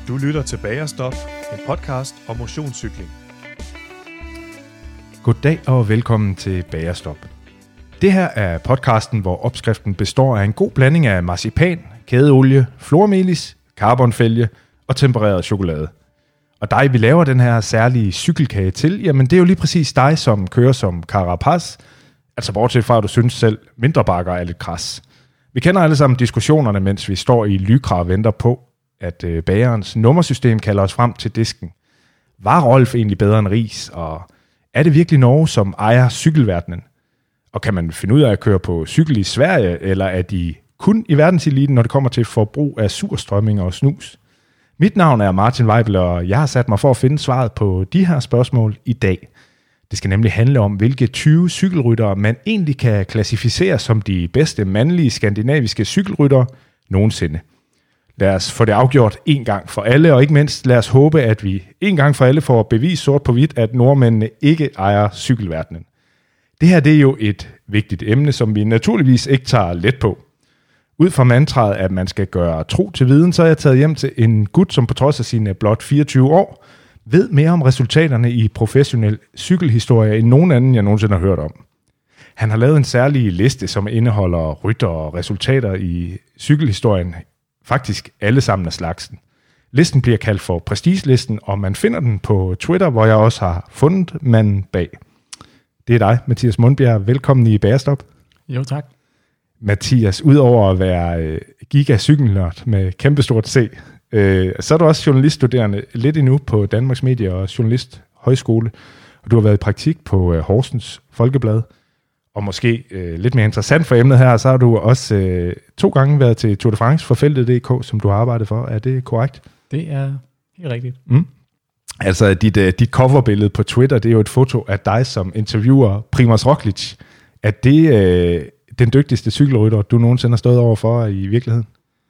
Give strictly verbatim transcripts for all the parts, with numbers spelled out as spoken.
Du lytter til Bagerstop, en podcast om motionscykling. Goddag og velkommen til Bagerstop. Det her er podcasten, hvor opskriften består af en god blanding af marcipan, kædeolie, flormelis, carbonfælge og tempereret chokolade. Og dig, vi laver den her særlige cykelkage til, jamen det er jo lige præcis dig, som kører som Carapaz, altså bortset fra, at du synes selv, mindre bakker er lidt kras. Vi kender alle sammen diskussionerne, mens vi står i Lykra og venter på, at øh, bagerens nummersystem kalder os frem til disken. Var Rolf egentlig bedre end Riis, og er det virkelig Norge, som ejer cykelverdenen? Og kan man finde ud af at køre på cykel i Sverige, eller er de kun i verdenseliten, når det kommer til forbrug af surstrømminger og snus? Mit navn er Martin Weibel, og jeg har sat mig for at finde svaret på de her spørgsmål i dag. Det skal nemlig handle om, hvilke tyve cykelryttere man egentlig kan klassificere som de bedste mandlige skandinaviske cykelryttere nogensinde. Lad os få det afgjort en gang for alle, og ikke mindst lad os håbe, at vi en gang for alle får bevis sort på hvidt, at nordmændene ikke ejer cykelverdenen. Det her det er jo et vigtigt emne, som vi naturligvis ikke tager let på. Ud fra mantraet, at man skal gøre tro til viden, så er jeg taget hjem til en gut, som på trods af sine blot fireogtyve år, ved mere om resultaterne i professionel cykelhistorie end nogen anden, jeg nogensinde har hørt om. Han har lavet en særlig liste, som indeholder rytter og resultater i cykelhistorien, faktisk alle sammen af slagsen. Listen bliver kaldt for Prestigelisten, og man finder den på Twitter, hvor jeg også har fundet manden bag. Det er dig, Mathias Mundbjerg. Velkommen i Bagerstop. Jo, tak. Mathias, udover at være gigacykelnørd med kæmpestort C, øh, så er du også journaliststuderende lidt endnu på Danmarks Medie- og Journalisthøjskole, og du har været i praktik på øh, Horsens Folkeblad. Og måske øh, lidt mere interessant for emnet her, så har du også øh, to gange været til Tour de France for feltet punktum d k, som du har arbejdet for. Er det korrekt? Det er helt rigtigt. Mm. Altså, dit, uh, dit coverbillede på Twitter, det er jo et foto af dig, som interviewer Primož Roglič. Er det øh, den dygtigste cykelrytter, du nogensinde har stået over for i virkeligheden?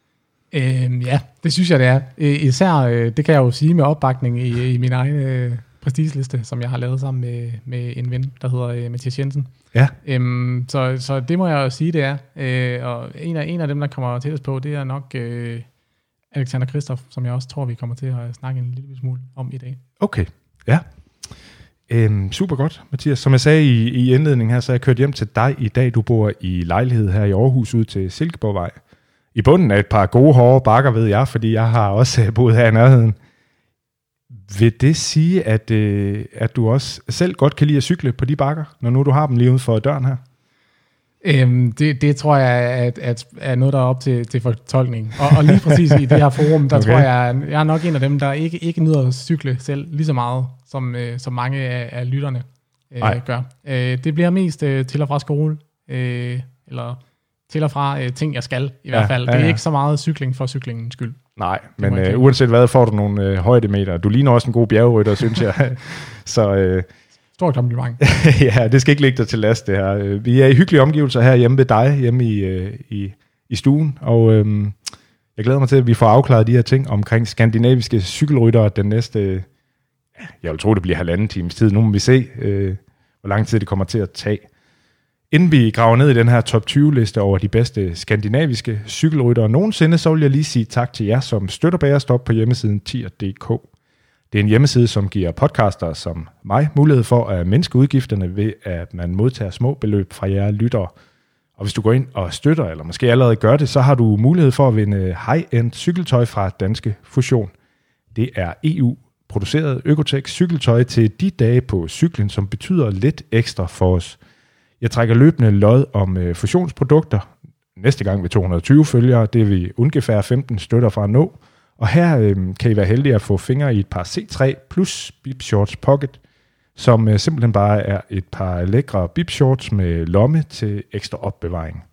Øhm, ja, det synes jeg, det er. Især, øh, det kan jeg jo sige med opbakning i, i min egen øh, prestigeliste, som jeg har lavet sammen med, med en ven, der hedder øh, Mathias Jensen. Ja. Øhm, så, så det må jeg jo sige, det er. Øh, og en af, en af dem, der kommer til os på, det er nok øh, Alexander Kristoff, som jeg også tror, vi kommer til at snakke en lille smule om i dag. Okay, ja. Øhm, super godt, Mathias. Som jeg sagde i, i indledningen her, så er jeg kørt hjem til dig i dag. Du bor i lejlighed her i Aarhus ud til Silkeborgvej. I bunden af et par gode, hårde bakker, ved jeg, fordi jeg har også boet her i nærheden. Vil det sige, at, øh, at du også selv godt kan lide at cykle på de bakker, når nu du har dem lige uden for døren her? Øhm, det, det tror jeg at, at er noget, der er op til, til fortolkning. Og, og lige præcis i det her forum, der okay. tror jeg, jeg er nok en af dem, der ikke, ikke nyder at cykle selv lige så meget, som, øh, som mange af, af lytterne øh, gør. Øh, det bliver mest øh, til og fra skole, øh, eller til og fra øh, ting, jeg skal i ja, hvert fald. Ja, ja. Det er ikke så meget cykling for cyklingens skyld. Nej, men øh, uanset hvad, får du nogle øh, højdemeter. Du ligner også en god bjergrytter, synes jeg. Så... Øh, Stort kompliment. Ja, det skal ikke ligge dig til last, det her. Vi er i hyggelige omgivelser her hjemme ved dig, hjemme i, øh, i, i stuen, og øh, jeg glæder mig til, at vi får afklaret de her ting omkring skandinaviske cykelryttere den næste, ja, jeg vil tro, det bliver halvanden times tid. Nu må vi se, øh, hvor lang tid det kommer til at tage. Inden vi graver ned i den her top tyve-liste over de bedste skandinaviske cykelryttere nogensinde, så vil jeg lige sige tak til jer, som støtter Bagerstop på hjemmesiden tier punktum d k. Det er en hjemmeside, som giver podcaster som mig mulighed for at mindske udgifterne ved, at man modtager små beløb fra jer lyttere. Og hvis du går ind og støtter, eller måske allerede gør det, så har du mulighed for at vinde high-end cykeltøj fra Danske Fusion. Det er E U-produceret Økotech cykeltøj til de dage på cyklen, som betyder lidt ekstra for os. Jeg trækker løbende lod om øh, fusionsprodukter. Næste gang ved to hundrede og tyve følgere, det er vi ungefær femten støtter fra at nå. Og her øh, kan I være heldige at få fingre i et par C tre plus Bib Shorts Pocket, som øh, simpelthen bare er et par lækre Bib Shorts med lomme til ekstra opbevaring.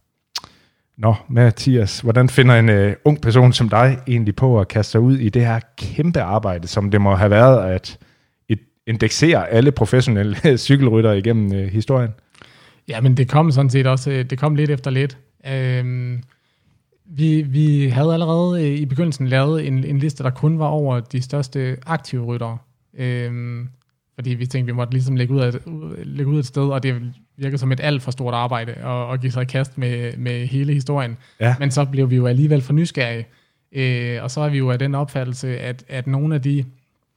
Nå, Mathias, hvordan finder en øh, ung person som dig egentlig på at kaste sig ud i det her kæmpe arbejde, som det må have været at et, indeksere alle professionelle cykelryttere igennem øh, historien? Ja, men det kom sådan set også, det kom lidt efter lidt. Øhm Vi, vi havde allerede i begyndelsen lavet en, en liste, der kun var over de største aktive ryttere. Øhm, fordi vi tænkte, vi måtte ligesom lægge ud, af, lægge ud et sted, og det virkede som et alt for stort arbejde at, at give sig i kast med, med hele historien. Ja. Men så blev vi jo alligevel for nysgerrige. Øh, og så er vi jo af den opfattelse, at, at nogle af de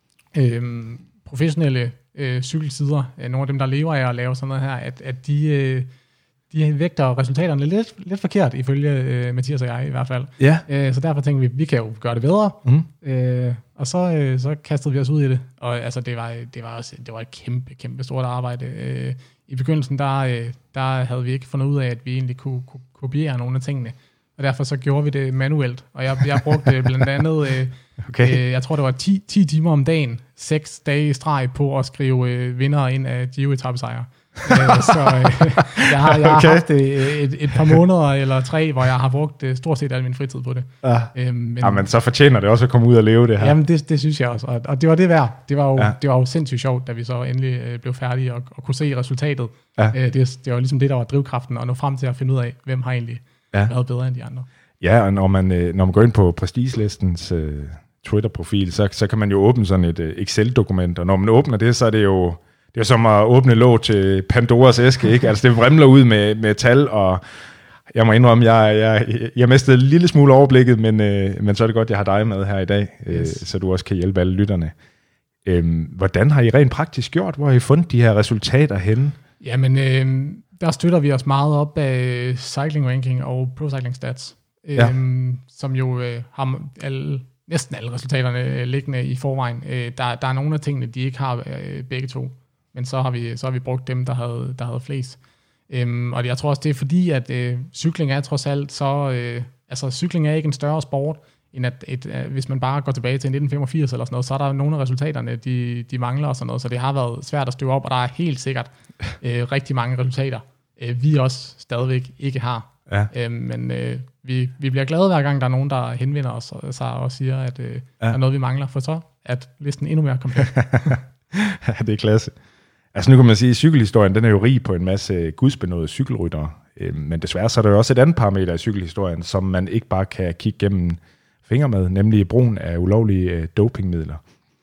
øh, professionelle øh, cykelsider, øh, nogle af dem, der lever af at lave sådan noget her, at, at de, øh, de vægter resultaterne lidt, lidt forkert, ifølge øh, Mathias og jeg i hvert fald. Ja. Øh, så derfor tænkte vi, vi kan jo gøre det bedre. Mm. Øh, og så, øh, så kastede vi os ud i det. Og altså, det var, det var, også, det var et kæmpe, kæmpe stort arbejde. Øh, I begyndelsen, der, øh, der havde vi ikke fundet ud af, at vi egentlig kunne, kunne kopiere nogle af tingene. Og derfor så gjorde vi det manuelt. Og jeg, jeg brugte blandt andet, øh, okay. øh, jeg tror det var ti, ti timer om dagen, seks dage i streg på at skrive øh, vinder ind af Giro-etapesejre. øh, så øh, jeg har, jeg har okay. haft et, et, et par måneder eller tre, hvor jeg har brugt øh, stort set al min fritid på det. Ja. Øh, men, ja, men så fortjener det også at komme ud og leve det her. Jamen det, det synes jeg også. Og, og det var det værd. Det var jo, ja. det var jo sindssygt sjovt, da vi så endelig øh, blev færdige og, og kunne se resultatet. Ja. Øh, det, det var ligesom det, der var drivkraften, at nå frem til at finde ud af, hvem har egentlig ja. været bedre end de andre. Ja, og når man, når man går ind på Prestigelistens øh, Twitter-profil, så, så kan man jo åbne sådan et øh, Excel-dokument, og når man åbner det, så er det jo, det er jo som at åbne låg til Pandoras æske, ikke? Altså det vrimler ud med, med tal, og jeg må indrømme, jeg, jeg, jeg mistede en lille smule overblikket, men, øh, men så er det godt, jeg har dig med her i dag, øh, yes. så du også kan hjælpe alle lytterne. Øh, hvordan har I rent praktisk gjort? Hvor har I fundet de her resultater henne? Jamen, øh, der støtter vi os meget op af Cycling Ranking og Pro Cycling Stats, ja. øhm, som jo øh, har alle, næsten alle resultaterne øh, liggende i forvejen. Øh, der, der er nogle af tingene, de ikke har øh, begge to, men så har vi, så har vi brugt dem, der havde, der havde flest. Øhm, og jeg tror også, det er fordi, at øh, cykling er trods alt så... Øh, altså, cykling er ikke en større sport, end at et, øh, hvis man bare går tilbage til nitten femogfirs eller sådan noget, så er der nogle af resultaterne, de, de mangler og sådan noget, så det har været svært at støve op, og der er helt sikkert øh, rigtig mange resultater, øh, vi også stadigvæk ikke har. Ja. Øh, men øh, vi, vi bliver glade hver gang, der er nogen, der henvender os og, sig og siger, at øh, ja. der er noget, vi mangler, for så at listen endnu mere komplet. Ja, det er klasse. Altså nu kan man sige, at cykelhistorien den er jo rig på en masse gudsbenåede cykelryttere, øh, men desværre så er der jo også et andet parameter i cykelhistorien, som man ikke bare kan kigge gennem fingre med, nemlig brugen af ulovlige øh, dopingmidler.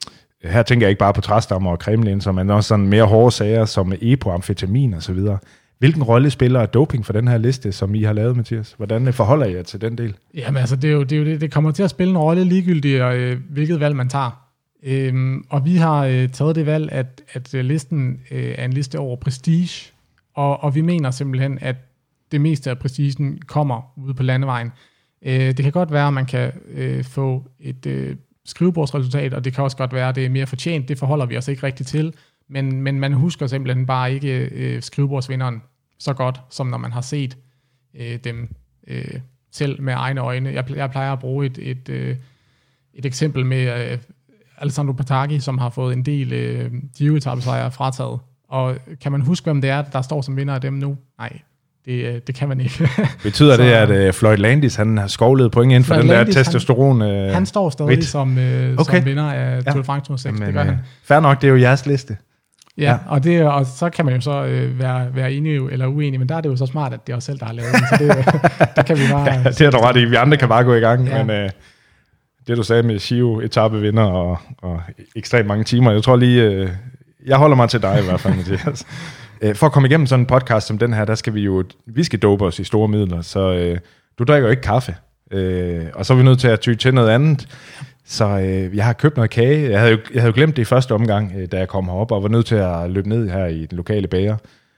Her tænker jeg ikke bare på træstammer og cremelinser, men også sådan mere hårde sager som EPO, amfetamin og så videre. Hvilken rolle spiller doping for den her liste, som I har lavet, Mathias? Hvordan forholder I jer til den del? Jamen altså, det er jo det, er jo det. det kommer til at spille en rolle ligegyldigt, og, øh, hvilket valg man tager. Øhm, og vi har øh, taget det valg, at, at listen øh, er en liste over prestige, og, og vi mener simpelthen, at det meste af prestigen kommer ude på landevejen. Øh, det kan godt være, at man kan øh, få et øh, skrivebordsresultat, og det kan også godt være, at det er mere fortjent. Det forholder vi os ikke rigtigt til, men, men man husker simpelthen bare ikke øh, skrivebordsvinderen så godt, som når man har set øh, dem øh, selv med egne øjne. Jeg, jeg plejer at bruge et, et, øh, et eksempel med... Øh, Alessandro Pataki, som har fået en del øh, Giro-etapesejre frataget. Og kan man huske, hvem det er, der står som vinder af dem nu? Nej, det, øh, det kan man ikke. Betyder så, det, at øh, Floyd Landis, han har skovlet point ind for Floyd den Landis, der testosteron? Øh, han, han står stadig som, øh, okay. som vinder af Tour de France to tusind og seks. Det gør han. Fair nok, det er jo jeres liste. Ja, ja. Og, det, og så kan man jo så øh, være, være enig eller uenig, men der er det jo så smart, at det er os selv, der har lavet den. Så det, der kan vi bare... Ja, det er du ret i. Vi andre kan bare gå i gang, ja. men... Øh, det du sagde med Giro, etapevinder og, og ekstremt mange timer, jeg tror lige, øh, jeg holder mig til dig i hvert fald, Mathias. øh, for at komme igennem sådan en podcast som den her, der skal vi jo, vi skal dope os i store midler, så øh, du drikker jo ikke kaffe, øh, og så er vi nødt til at ty til noget andet. Så øh, jeg har købt noget kage, jeg havde jo, jeg havde jo glemt det i første omgang, øh, da jeg kom herop, og var nødt til at løbe ned her i den lokale bager.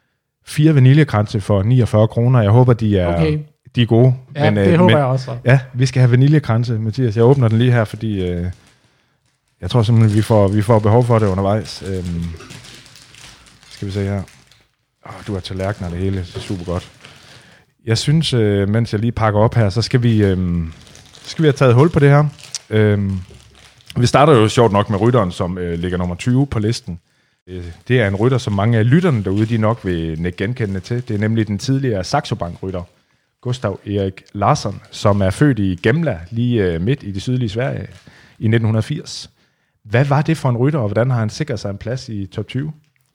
Fire vaniljekranse for niogfyrre kroner, jeg håber, de er... Okay. De er gode. Ja, men, det øh, håber men, jeg også. Ja, vi skal have vaniljekranse, Mathias. Jeg åbner den lige her, fordi øh, jeg tror simpelthen, vi får, vi får behov for det undervejs. Øhm, skal vi se her. Oh, du har tallerkener det hele. Det er super godt. Jeg synes, øh, mens jeg lige pakker op her, så skal vi, øh, skal vi have taget hul på det her. Øh, vi starter jo sjovt nok med rytteren, som øh, ligger nummer tyve på listen. Øh, det er en rytter, som mange af lytterne derude, de nok vil nikke genkendende til. Det er nemlig den tidligere Saxo Bank-rytter, Gustav Erik Larsson, som er født i Gemla, lige øh, midt i det sydlige Sverige, i nitten firs. Hvad var det for en rytter, og hvordan har han sikret sig en plads i top tyve?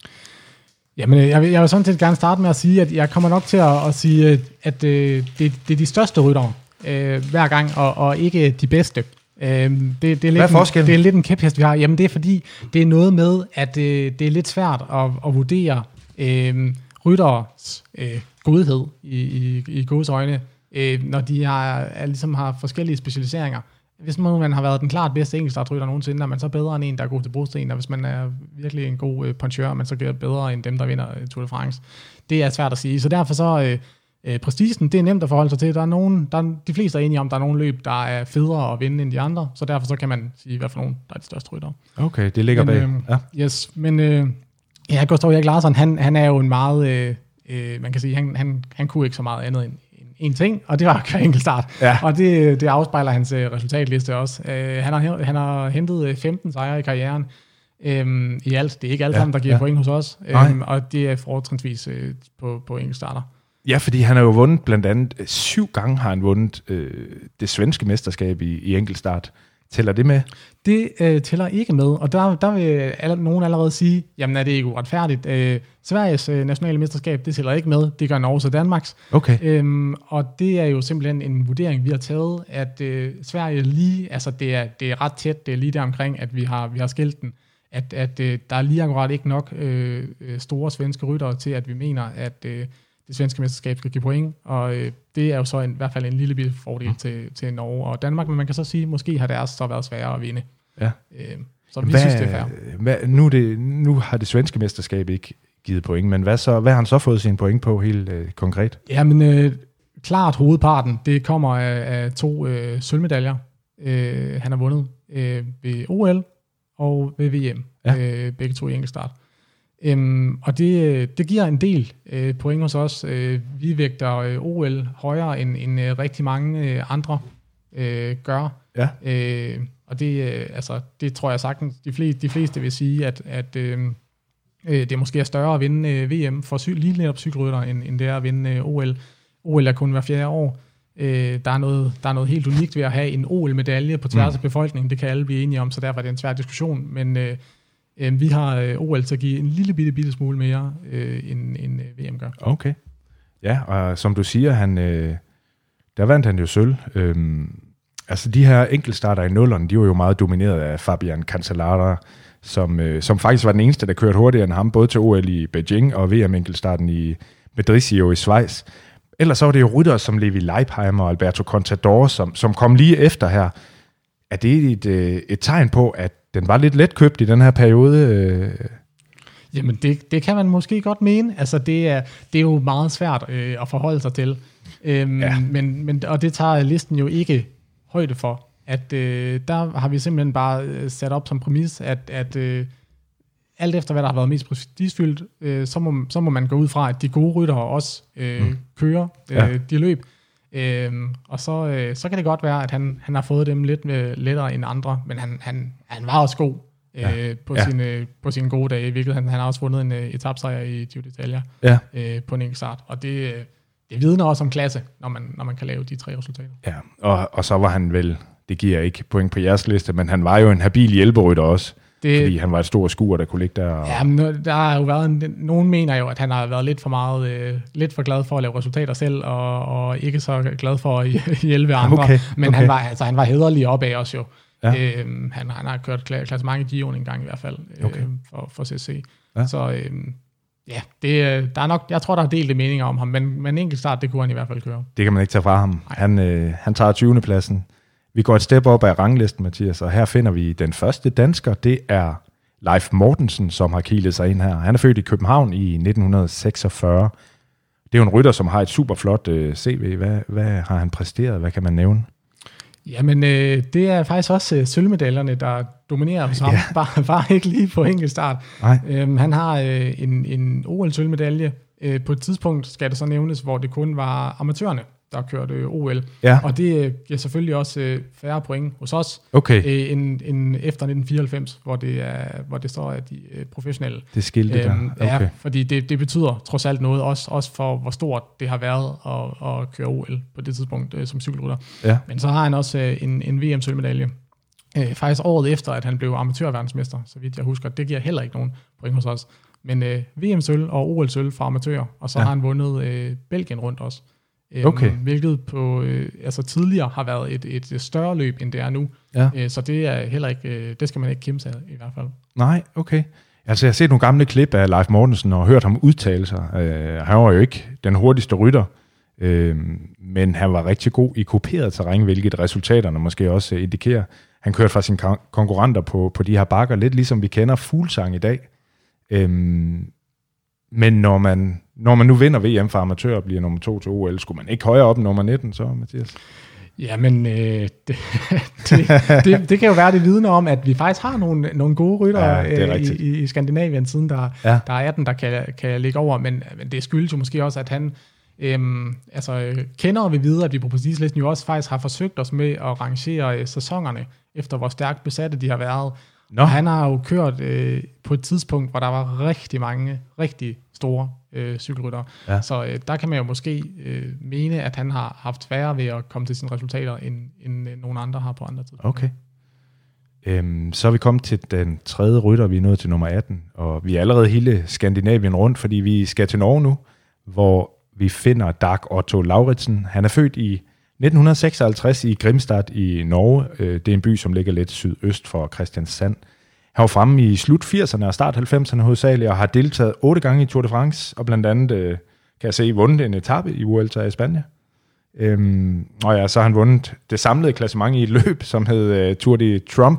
Jamen, jeg vil, jeg vil sådan set gerne starte med at sige, at jeg kommer nok til at, at sige, at øh, det, det er de største ryttere øh, hver gang, og, og ikke de bedste. Øh, det, det er lidt Hvad er forskellen? En, det er lidt en kæphest, vi har. Jamen, det er fordi, det er noget med, at øh, det er lidt svært at, at vurdere øh, rytteres øh, godhed i, i, i gods øjne, øh, når de har, er, ligesom har forskellige specialiseringer. hvis man har været den klart bedste enkeltstartrytter nogensinde, er man så bedre end en, der er god til brosten, og hvis man er virkelig en god øh, punchør, man så gør bedre end dem, der vinder øh, Tour de France. Det er svært at sige, så derfor så øh, øh, prestigen, det er nemt at forholde sig til. Der er nogen, der er, de fleste er enige om, der er nogle løb, der er federe at vinde end de andre, så derfor så kan man sige, hvad for nogen, der er de største ryttere. Okay, det ligger men, bag. Øh, ja. Yes, men øh, ja, Gustav Erik Larsson, han, han er jo en meget, øh, øh, man kan sige, han, han, han kunne ikke så meget andet end en ting, og det var hver enkelt start. Ja. Og det, det afspejler hans uh, resultatliste også. Uh, han, har, han har hentet femten sejre i karrieren um, i alt. Det er ikke alle ja, sammen, der giver ja. point hos os, um, og det er fortrinsvis uh, på, på enkeltstarter. Ja, fordi han har jo vundet blandt andet syv gange har han vundet øh, det svenske mesterskab i, i enkeltstart. Tæller det med? Det øh, tæller ikke med, og der, der vil alle, nogen allerede sige, jamen er det ikke uretfærdigt. Øh, Sveriges øh, nationale mesterskab, det tæller ikke med, det gør Norge og Danmarks. Okay. Øhm, og det er jo simpelthen en vurdering, vi har taget, at øh, Sverige lige, altså det er, det er ret tæt, det er lige der omkring, at vi har, vi har skilt den, at, at øh, der er lige akkurat ikke nok øh, store svenske ryttere til, at vi mener, at øh, det svenske mesterskab skal give point, og øh, det er jo så en, i hvert fald en lille bitte fordel mm. til, til Norge og Danmark, men man kan så sige, måske har deres så været sværere at vinde. Ja. Øh, så vi hvad, synes, det er fair. Hvad, nu, det, nu har det svenske mesterskab ikke givet point, men hvad, så, hvad har han så fået sine point på helt øh, konkret? Jamen, øh, klart hovedparten, det kommer af, af to øh, sølvmedaljer, øh, han har vundet øh, ved O L og ved V M, ja. øh, begge to i enkeltstart. Um, og det, det giver en del uh, point hos os. Uh, vi vægter uh, O L højere end, end uh, rigtig mange uh, andre uh, gør. Ja. Uh, og det, uh, altså, det tror jeg sagtens, de fleste, de fleste vil sige, at, at uh, uh, det måske er større at vinde uh, V M for cy- lige netop cykelrytter, end, end det er at vinde uh, O L. O L er kun hver fjerde år. Uh, der, er noget, der er noget helt unikt ved at have en O L-medalje på tværs af mm. befolkningen. Det kan alle blive enige om, så derfor er det en svær diskussion. Men uh, Vi har O L til at give en lille bitte, bitte smule mere, øh, end, end V M gør. Okay. Ja, og som du siger, han, øh, der vandt han jo sølv. Øhm, altså de her enkeltstarter i nullerne, de var jo meget domineret af Fabian Cancellara, som, øh, som faktisk var den eneste, der kørte hurtigere end ham, både til O L i Beijing og V M-enkeltstarten i Medrisio i Schweiz. Ellers så var det jo ryttere som Levi Leipheimer og Alberto Contador, som, som kom lige efter her. Er det et, et, et tegn på, at den var lidt letkøbt i den her periode? Jamen, det, det kan man måske godt mene. Altså, det er, det er jo meget svært øh, at forholde sig til. Øhm, ja. men, men, og det tager listen jo ikke højde for. At øh, der har vi simpelthen bare sat op som præmis, at, at øh, alt efter, hvad der har været mest prestigefyldt, øh, så, må, så må man gå ud fra, at de gode ryttere også øh, mm. kører øh, ja. de løb. Øhm, og så, øh, så kan det godt være, at han, han har fået dem lidt øh, lettere end andre, men han, han, han var også god øh, ja. på, ja. Sine, på sine gode dage. I virkeligheden, han har også vundet en uh, etapesejr i Giro d'Italia ja. øh, på en enkelt start, og det, det vidner også om klasse, når man, når man kan lave de tre resultater. Ja, og, og så var han vel, det giver ikke point på jeres liste, men han var jo en habil hjælperytter også. Det, fordi han var et stort skuer, der kunne ligge der. Og... Ja, men der har jo været en, nogen mener jo, at han har været lidt for meget, øh, lidt for glad for at lave resultater selv, og, og ikke så glad for at hjælpe andre. Okay, men okay. han var altså han var hæderlig opad også jo. Ja. Øhm, han, han har kørt klassement i Giroen en gang i hvert fald okay. øh, for, for C C. Ja. Så øh, ja, det, der er nok, jeg tror, der er delte meninger om ham, men, men enkelt start, det kunne han i hvert fald køre. Det kan man ikke tage fra ham. Han, øh, han tager tyvende pladsen. Vi går et step op ad ranglisten, Mathias, og her finder vi den første dansker. Det er Leif Mortensen, som har kilet sig ind her. Han er født i København i nitten seksogfyrre. Det er jo en rytter, som har et super flot øh, C V. Hvad, hvad har han præsteret? Hvad kan man nævne? Jamen, øh, det er faktisk også øh, sølvmedaljerne, der dominerer hos ham. Ja. Bare, bare ikke lige på enkelt start. Øhm, han har øh, en, en O L-sølvmedalje. Øh, på et tidspunkt skal det så nævnes, hvor det kun var amatørerne, der kørte øh, O L. Ja. Og det øh, giver selvfølgelig også øh, færre point hos os, okay. øh, end, end efter nitten fireoghalvfems, hvor det, er, hvor det står, at de øh, professionelle. Det skilte øhm, der. Okay. Ja, fordi det, det betyder trods alt noget, også, også for hvor stort det har været at, at køre O L på det tidspunkt øh, som cykelrytter. Ja. Men så har han også øh, en, en V M-sølvmedalje. Øh, faktisk året efter, at han blev amatørverdensmester, så vidt jeg husker. Det giver heller ikke nogen point hos os. Men øh, V M-sølv og O L-sølv for amatører, og så ja. har han vundet øh, Belgien rundt også. Okay. Um, hvilket på, øh, altså tidligere har været et, et større løb, end det er nu. Ja. Uh, så det er heller ikke, øh, det skal man ikke kimse af i hvert fald. Nej, okay. Altså jeg har set nogle gamle klip af Leif Mortensen og hørt ham udtale sig. Uh, han var jo ikke den hurtigste rytter. Øh, men han var rigtig god i kuperet terræn, hvilket resultaterne måske også indikerer. Han kørte fra sine konkurrenter på, på de her bakker, lidt ligesom vi kender Fuglsang i dag. Øh, men når man, når man nu vinder V M for amatører og bliver nummer to til O L, skulle man ikke højere op end nummer nitten, så Mathias? Jamen, øh, det, det, det, det kan jo være, det vidner om, at vi faktisk har nogle, nogle gode ryttere ja, i, i Skandinavien, siden der, ja. der er atten, der kan, kan ligge over, men, men det skyldes jo måske også, at han øhm, altså, kender vi videre, at vi på præcislisten jo også faktisk har forsøgt os med at rangere øh, sæsonerne, efter hvor stærkt besatte de har været. Nå. Og han har jo kørt øh, på et tidspunkt, hvor der var rigtig mange, rigtig store øh, cykelryttere. Ja. Så øh, der kan man jo måske øh, mene, at han har haft sværere ved at komme til sine resultater, end, end øh, nogle andre har på andre tidspunkter. Okay. Øhm, så er vi kommet til den tredje rytter, vi er nået til nummer atten, og vi er allerede hele Skandinavien rundt, fordi vi skal til Norge nu, hvor vi finder Dag Otto Lauritsen. Han er født i nitten seksoghalvtreds i Grimstad i Norge. Det er en by, som ligger lidt sydøst for Kristiansand. Han var fremme i slut firserne og start halvfemserne hovedsageligt, og har deltaget otte gange i Tour de France, og blandt andet, kan jeg se, vundet en etape i Vuelta i Spanien. Øhm, og ja, så har han vundet det samlede klassement i et løb, som hed uh, Tour de Trump.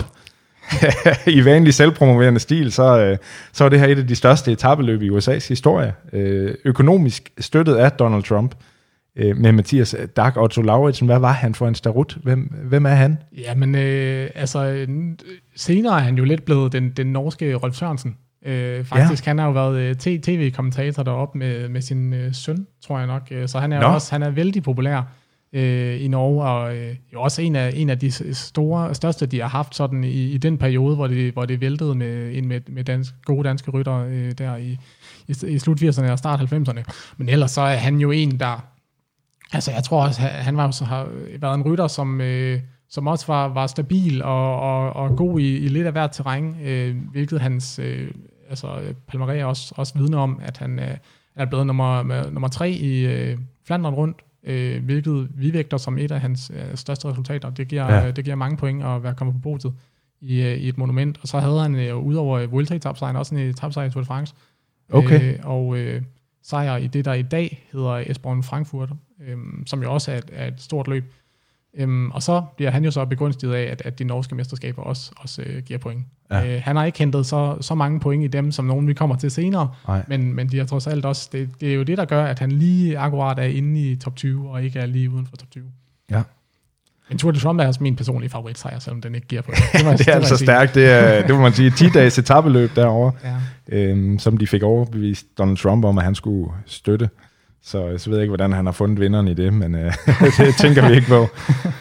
I vanlig selvpromoverende stil, så, uh, så var det her et af de største etapeløb i U S A's historie. Uh, økonomisk støttet af Donald Trump. Med Mathias, Dag Otto Lauritsen, hvad var han for en starut? Hvem, hvem er han? Jamen, øh, altså, senere er han jo lidt blevet den, den norske Rolf Sørensen. Øh, faktisk, ja. Han har jo været tv-kommentator deroppe med, med sin øh, søn, tror jeg nok. Så han er jo også, han er vældig populær øh, i Norge, og øh, jo også en af, en af de store, største, de har haft sådan i, i den periode, hvor det, hvor det væltede med, med, med dansk, gode danske rytter øh, der i, i, i slut firserne og start halvfemserne. Men ellers så er han jo en, der altså, jeg tror også, han var jo så har været en rytter, som, øh, som også var, var stabil og, og, og god i, i lidt af hvert terræn, øh, hvilket hans øh, altså, palmarès også, også vidner om, at han øh, er blevet nummer, nummer tre i øh, Flandern rundt, øh, hvilket vi vægter som et af hans øh, største resultater. Det giver, ja. det giver mange point at være kommet på podiet i, øh, i et monument. Og så havde han øh, udover Vuelta-etapsejren også en etapsejr i Tour de France. Okay. Øh, og øh, sejr i det, der i dag hedder Esbjerg Frankfurt, øhm, som jo også er et, er et stort løb. Øhm, og så bliver han jo så begunstiget af, at, at de norske mesterskaber også, også øh, giver point. Ja. Øh, han har ikke hentet så, så mange point i dem, som nogen vi kommer til senere, men, men de har trods alt også, det, det er jo det, der gør, at han lige akkurat er inde i top tyve, og ikke er lige uden for top tyve. Ja. Men Tour de Trump er også min personlige favoritsejr, selvom den ikke giver point. Det, det er det altså stærkt. Det, er, det må man sige, ti-dages etapeløb derovre, ja. øhm, som de fik overbevist Donald Trump om, at han skulle støtte. Så, så ved jeg ikke, hvordan han har fundet vinderen i det, men øh, det tænker vi ikke på.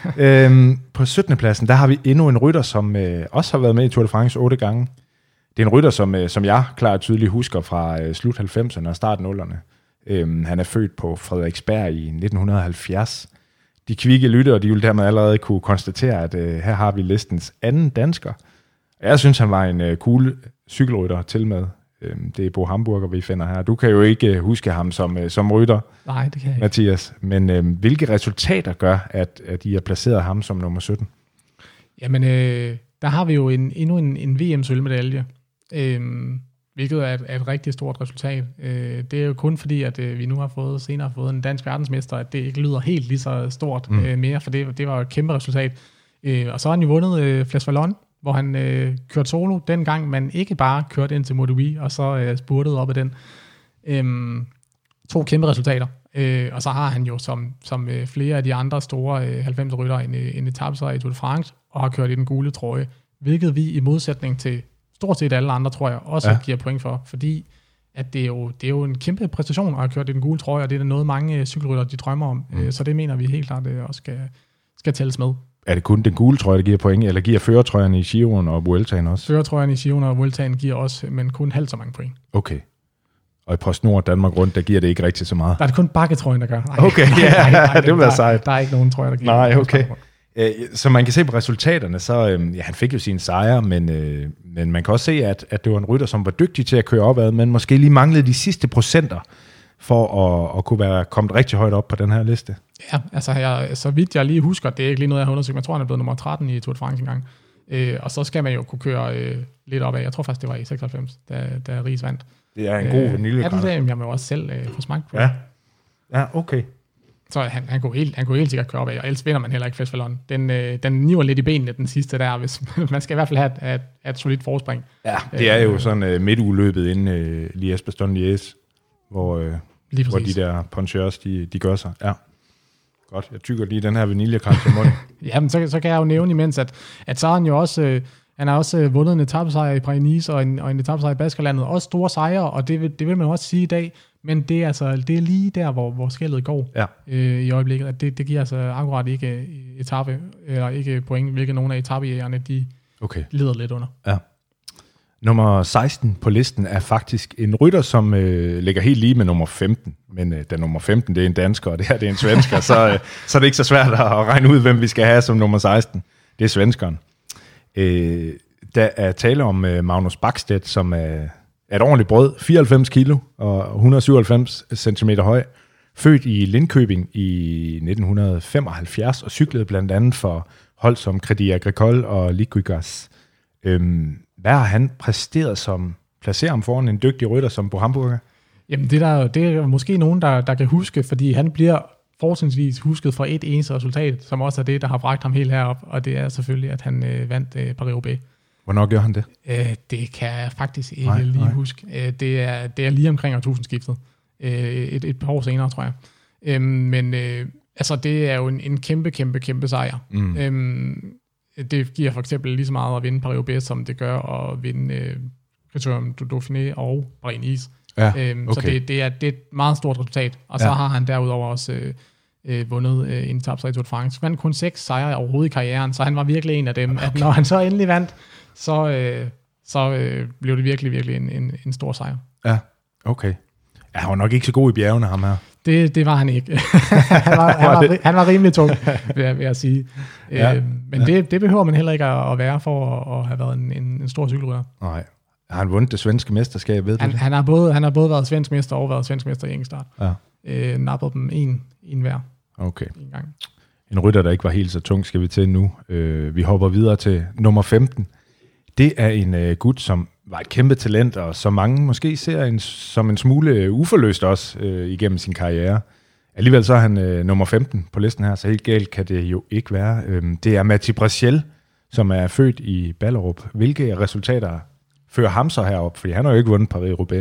øhm, på syttende pladsen, der har vi endnu en rytter, som øh, også har været med i Tour de France otte gange. Det er en rytter, som, øh, som jeg klart og tydeligt husker fra øh, slut halvfemserne og start nullerne. Øhm, han er født på Frederiksberg i nitten halvfjerds. De kvikke lyttere, de ville dermed allerede kunne konstatere, at øh, her har vi listens anden dansker. Jeg synes, han var en øh, cool cykelrytter til med. Øhm, det er Bo Hamburger, vi finder her. Du kan jo ikke øh, huske ham som, øh, som rytter, nej, det kan jeg ikke. Mathias. Men øh, hvilke resultater gør, at, at I har placeret ham som nummer sytten? Jamen, øh, der har vi jo en, endnu en, en V M-sølvmedalje, øh, hvilket er et, er et rigtig stort resultat. Øh, det er jo kun fordi, at øh, vi nu har fået senere fået en dansk verdensmester, at det ikke lyder helt lige så stort mm. øh, mere, for det, det var jo et kæmpe resultat. Øh, og så har han jo vundet øh, Flesh Wallonne, hvor han øh, kørte solo, dengang man ikke bare kørte ind til Modouí, og så øh, spurtede op af den. Øhm, to kæmpe resultater. Øh, og så har han jo som, som øh, flere af de andre store øh, halvfems-ryttere en, en etapesejr i Tour de France, og har kørt i den gule trøje, hvilket vi i modsætning til stort set alle andre, tror jeg, også ja. giver point for, fordi at det, er jo, det er jo en kæmpe præstation at have kørt i den gule trøje, og det er noget, mange cykelryttere de drømmer om. Mm. Øh, så det mener vi helt klart øh, også skal, skal tælles med. Er det kun den gule trøje, der giver point, eller giver førertrøjerne i Giroen og Vueltaen også? Førertrøjerne i Giroen og Vueltaen giver også, men kun halvt så mange point. Okay. Og i PostNord Danmark rundt, der giver det ikke rigtig så meget? Der er det kun bakketrøjen, der gør. Ej, okay, ja, yeah, nej, nej, det vil være sejt. Der er ikke nogen trøjer, der giver. Nej, okay. Æ, så man kan se på resultaterne, så øh, ja, han fik jo sine sejre, men, øh, men man kan også se, at, at det var en rytter, som var dygtig til at køre opad, men måske lige manglede de sidste procenter for at, at kunne være kommet rigtig højt op på den her liste. Ja, altså jeg, så vidt jeg lige husker, det er ikke lige noget, jeg har undersøgt, men jeg tror, han er blevet nummer tretten i Tour de France engang. Øh, og så skal man jo kunne køre øh, lidt opad. Jeg tror faktisk, det var i seksoghalvfems, da, da Ries vandt. Det er en god vaniljegrad. Ja, det er jeg må også selv øh, få smagt på. Ja, ja okay. Så han, han, kunne helt, han kunne helt sikkert køre op af, og ellers vinder man heller ikke Festivalen. Den, øh, den niver lidt i benene, den sidste der, hvis man skal i hvert fald have et, et, et solidt forspring. Ja, det er jo sådan øh, midtuløbet inden øh, Liège-Bastogne-Liège, hvor, øh, hvor de der poncheurs, de, de gør sig. Ja. Godt, jeg tykker lige den her vaniljekrans i munden. Jamen, så, så kan jeg jo nævne imens, at, at så har han jo også, øh, han har også øh, vundet en etapesejr i Paris-Nice og en, og en etapesejr i Baskerlandet. Også store sejre, og det vil, det vil man også sige i dag. Men det er, altså, det er lige der, hvor, hvor skældet går ja. øh, i øjeblikket. At det, det giver altså akkurat ikke etape, eller ikke point, hvilket nogle af etapejægerne, de okay. lider lidt under. Ja. Nummer seksten på listen er faktisk en rytter, som øh, ligger helt lige med nummer femten. Men øh, da nummer femten, det er en dansker, og det her det er en svensker, så, øh, så er det ikke så svært at regne ud, hvem vi skal have som nummer seksten. Det er svenskeren. Øh, der er tale om øh, Magnus Backstedt, som er et ordentligt brød, fireoghalvfems kilo og et hundrede og syvoghalvfems centimeter høj. Født i Linköping i nitten femoghalvfjerds og cyklede blandt andet for hold som Crédit Agricole og Liquigas. Øhm, hvad har han præsteret som placerer ham foran en dygtig rytter som Bo Hamburger? Jamen det, der, det er måske nogen, der, der kan huske, fordi han bliver fortrinsvis husket for et eneste resultat, som også er det, der har bragt ham helt herop, og det er selvfølgelig, at han øh, vandt øh, Paris-Roubaix. Hvornår gjorde han det? Øh, det kan jeg faktisk ikke nej, lige nej. huske. Øh, det, er, det er lige omkring årtusindskiftet. Øh, et, et par år senere, tror jeg. Øh, men øh, altså, det er jo en, en kæmpe, kæmpe, kæmpe sejr. Mm. Øh, det giver for eksempel lige så meget at vinde Paris-Roubaix, som det gør at vinde øh, Criterium du Dauphiné og Paris-Nice. Ja, øhm, okay. Så det, det, er, det er et meget stort resultat. Og så ja. har han derudover også øh, øh, vundet øh, en etapesejr i Tour de France. Han vandt kun seks sejre overhovedet i karrieren, så han var virkelig en af dem. Okay. At når han så endelig vandt, så, øh, så øh, blev det virkelig, virkelig en, en, en stor sejr. Ja, okay. Ja, han var nok ikke så god i bjergene, ham her. Det, det var han ikke. han, var, han, var, han var rimelig tung, vil jeg, vil jeg sige. Ja. Øh, men ja. det, det behøver man heller ikke at, at være for at, at have været en, en, en stor cykelrytter. Nej. Har han vundet det svenske mesterskab, ved han, du det? Han har, både, han har både været svensk mester og været svensk mester i enkeltstart. Ja. Øh, nappede dem en, en hver. Okay. En gang. En rytter, der ikke var helt så tung, skal vi til nu. Øh, vi hopper videre til nummer femten. Det er en øh, gut, som var et kæmpe talent, og som mange måske ser en, som en smule uforløst også øh, igennem sin karriere. Alligevel så er han øh, nummer femten på listen her, så helt galt kan det jo ikke være. Øh, det er Mathieu Brechel, som er født i Ballerup. Hvilke resultater fører ham så herop? Fordi han har jo ikke vundet Paris-Roubaix.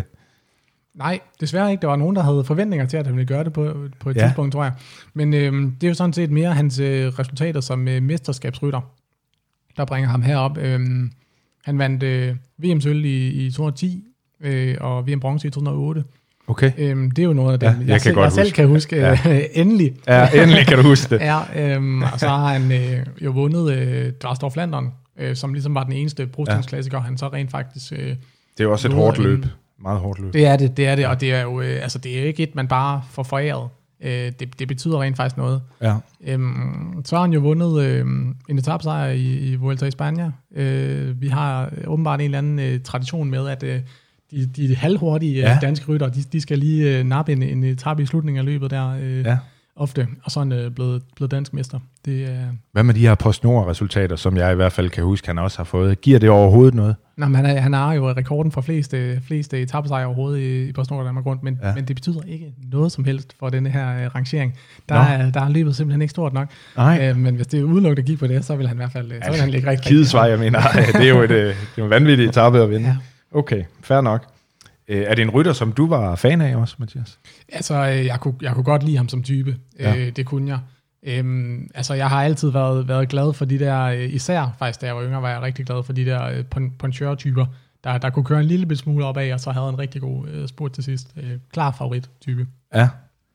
Nej, desværre ikke. Der var nogen, der havde forventninger til, at han ville gøre det på, på et ja. tidspunkt, tror jeg. Men øh, det er jo sådan set mere hans øh, resultater som øh, mesterskabsrytter, der bringer ham herop. Øh, han vandt øh, V M-sølv i, i to tusind og ti øh, og V M-bronze i to tusind og otte. Okay. Øhm, det er jo noget af det, ja, jeg, jeg, selv, jeg selv kan huske. Ja. Øh, endelig. Ja, endelig kan du huske det. ja, øhm, og så har han øh, jo vundet øh, Dragstor Flandern, øh, som ligesom var den eneste brostingsklassiker, ja. han så rent faktisk... Øh, det er jo også et hårdt løb. En, Meget hårdt løb. Det er det, det er det, ja. Og det er jo øh, altså, det er ikke et, man bare får foræret. Øh, det, det betyder rent faktisk noget. Ja. Øhm, så har han jo vundet øh, en etapesejr i, i Vuelta i Spanien. Øh, vi har åbenbart en eller anden øh, tradition med, at øh, de, de halvhurtige ja. danske rytter, de, de skal lige øh, nappe en, en etape i slutningen af løbet der øh, ja. ofte, og så er han øh, blevet, blevet dansk mester. Det, øh... Hvad med de her PostNord-resultater, som jeg i hvert fald kan huske, han også har fået? Giver det overhovedet noget? Nå, men han, er, han har jo rekorden for fleste, fleste etapesejre overhovedet i, i PostNord Danmark rundt, men, ja. men det betyder ikke noget som helst for denne her uh, rangering. Der er, der er løbet simpelthen ikke stort nok. Uh, men hvis det er udelukket at give på det, så vil han i hvert fald så vil han ligge rigtig Kidesvej, jeg mener. Det er jo et, det er en vanvittig etape at vinde. Ja. Okay, fair nok. Uh, er det en rytter, som du var fan af også, Mathias? Altså, jeg kunne, jeg kunne godt lide ham som type. Ja. Uh, det kunne jeg. Øhm, altså jeg har altid været, været glad for de der, øh, især faktisk da jeg var yngre, var jeg rigtig glad for de der øh, poncheur-typer, der, der kunne køre en lille smule opad, og så havde en rigtig god øh, spurt til sidst. Øh, klar favorit-type. Ja,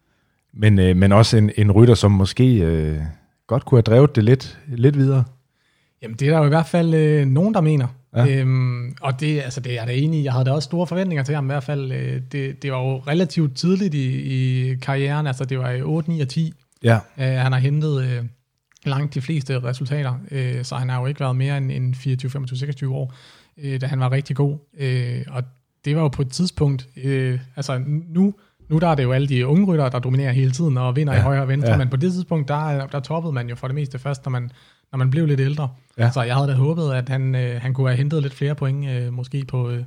men, øh, men også en, en rytter, som måske øh, godt kunne have drevet det lidt, lidt videre. Jamen det er der jo i hvert fald øh, nogen, der mener. Ja. Øhm, og det, altså, det er jeg da enig i. Jeg havde da også store forventninger til ham i hvert fald. Øh, det, det var jo relativt tidligt i, i karrieren, altså det var i otte, ni og ti. Ja. Uh, han har hentet uh, langt de fleste resultater, uh, så han har jo ikke været mere end, end fireogtyve, femogtyve, seksogtyve år, uh, da han var rigtig god. Uh, og det var jo på et tidspunkt, uh, altså nu, nu der er det jo alle de unge ryttere, der dominerer hele tiden og vinder ja. i højre og venstre, ja. men på det tidspunkt, der, der toppede man jo for det meste først, når man, når man blev lidt ældre. Ja. Så jeg havde da håbet, at han, uh, han kunne have hentet lidt flere point, uh, måske på, uh,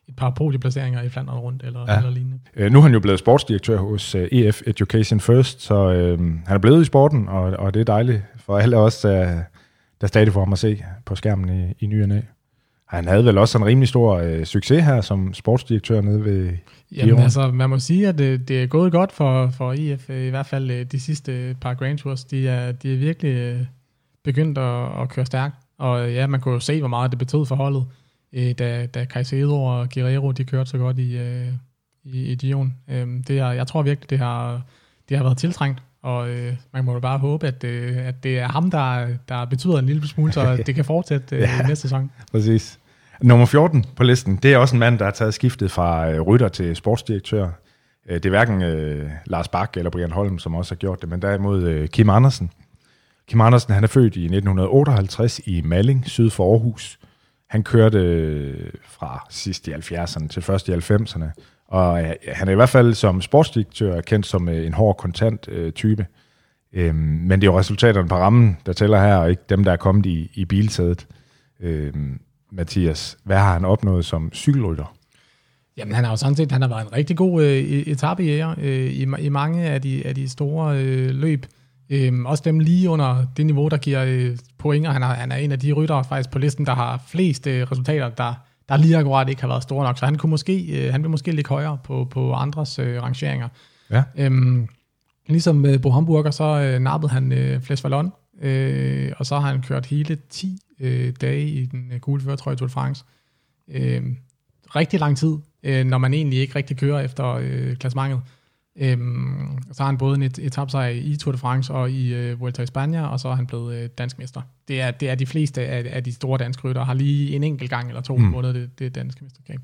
et par podieplaceringer i Flandern rundt, eller, ja. eller lignende. Øh, nu er han jo blevet sportsdirektør hos øh, E F Education First, så øh, han er blevet i sporten, og, og det er dejligt for alle os, der, der stadig får ham at se på skærmen i, i ny og næ. Han havde vel også en rimelig stor øh, succes her som sportsdirektør nede ved Jamen altså, man må sige, at det, det er gået godt for, for E F, i hvert fald de sidste par Grand Tours. De er, de er virkelig begyndt at, at køre stærkt, og ja, man kunne jo se, hvor meget det betød for holdet, da, da Caicedo og Guerrero, de kørte så godt i, i, i Giroen. Det er, jeg tror virkelig, det har, det har været tiltrængt, og øh, man må jo bare håbe, at, øh, at det er ham, der, der betyder en lille smule, så det kan fortsætte øh, ja, næste sæson. Præcis. Nummer fjorten på listen, det er også en mand, der har taget skiftet fra øh, rytter til sportsdirektør. Øh, det er hverken øh, Lars Bak eller Brian Holm, som også har gjort det, men derimod øh, Kim Andersen. Kim Andersen, han er født i nitten otteoghalvtreds i Malling, syd for Aarhus. Han kørte øh, fra sidst i halvfjerdserne til først i halvfemserne, og øh, han er i hvert fald som sportsdirektør kendt som øh, en hård, kontant øh, type. Øh, men det er jo resultaterne på rammen, der tæller her, og ikke dem, der er kommet i, i bilsædet. Øh, Mathias, hvad har han opnået som cykelrytter? Jamen, han har jo sådan set, han har været en rigtig god øh, etapejæger øh, i, i mange af de, af de store øh, løb. Øh, også dem lige under det niveau, der giver øh, point, og han, har, han er en af de ryttere faktisk på listen, der har flest øh, resultater, der, der lige akkurat ikke har været store nok. Så han kunne måske, øh, han vil måske ligge højere på, på andres øh, rangeringer. Ja. Øhm, ligesom øh, Bo Hamburger, så øh, nappede han øh, Flesh Wallonne, øh, og så har han kørt hele ti øh, dage i den øh, gule førertrøje Tour de France. Øh, rigtig lang tid, øh, når man egentlig ikke rigtig kører efter øh, klassementet. Øhm, så har han både en et, etapsejr i Tour de France og i øh, Vuelta i Spanien, og så er han blevet øh, dansk mester. Det er, det er de fleste af, af de store danske ryttere, har lige en enkelt gang eller to mm. vundet det, det danske mesterskab.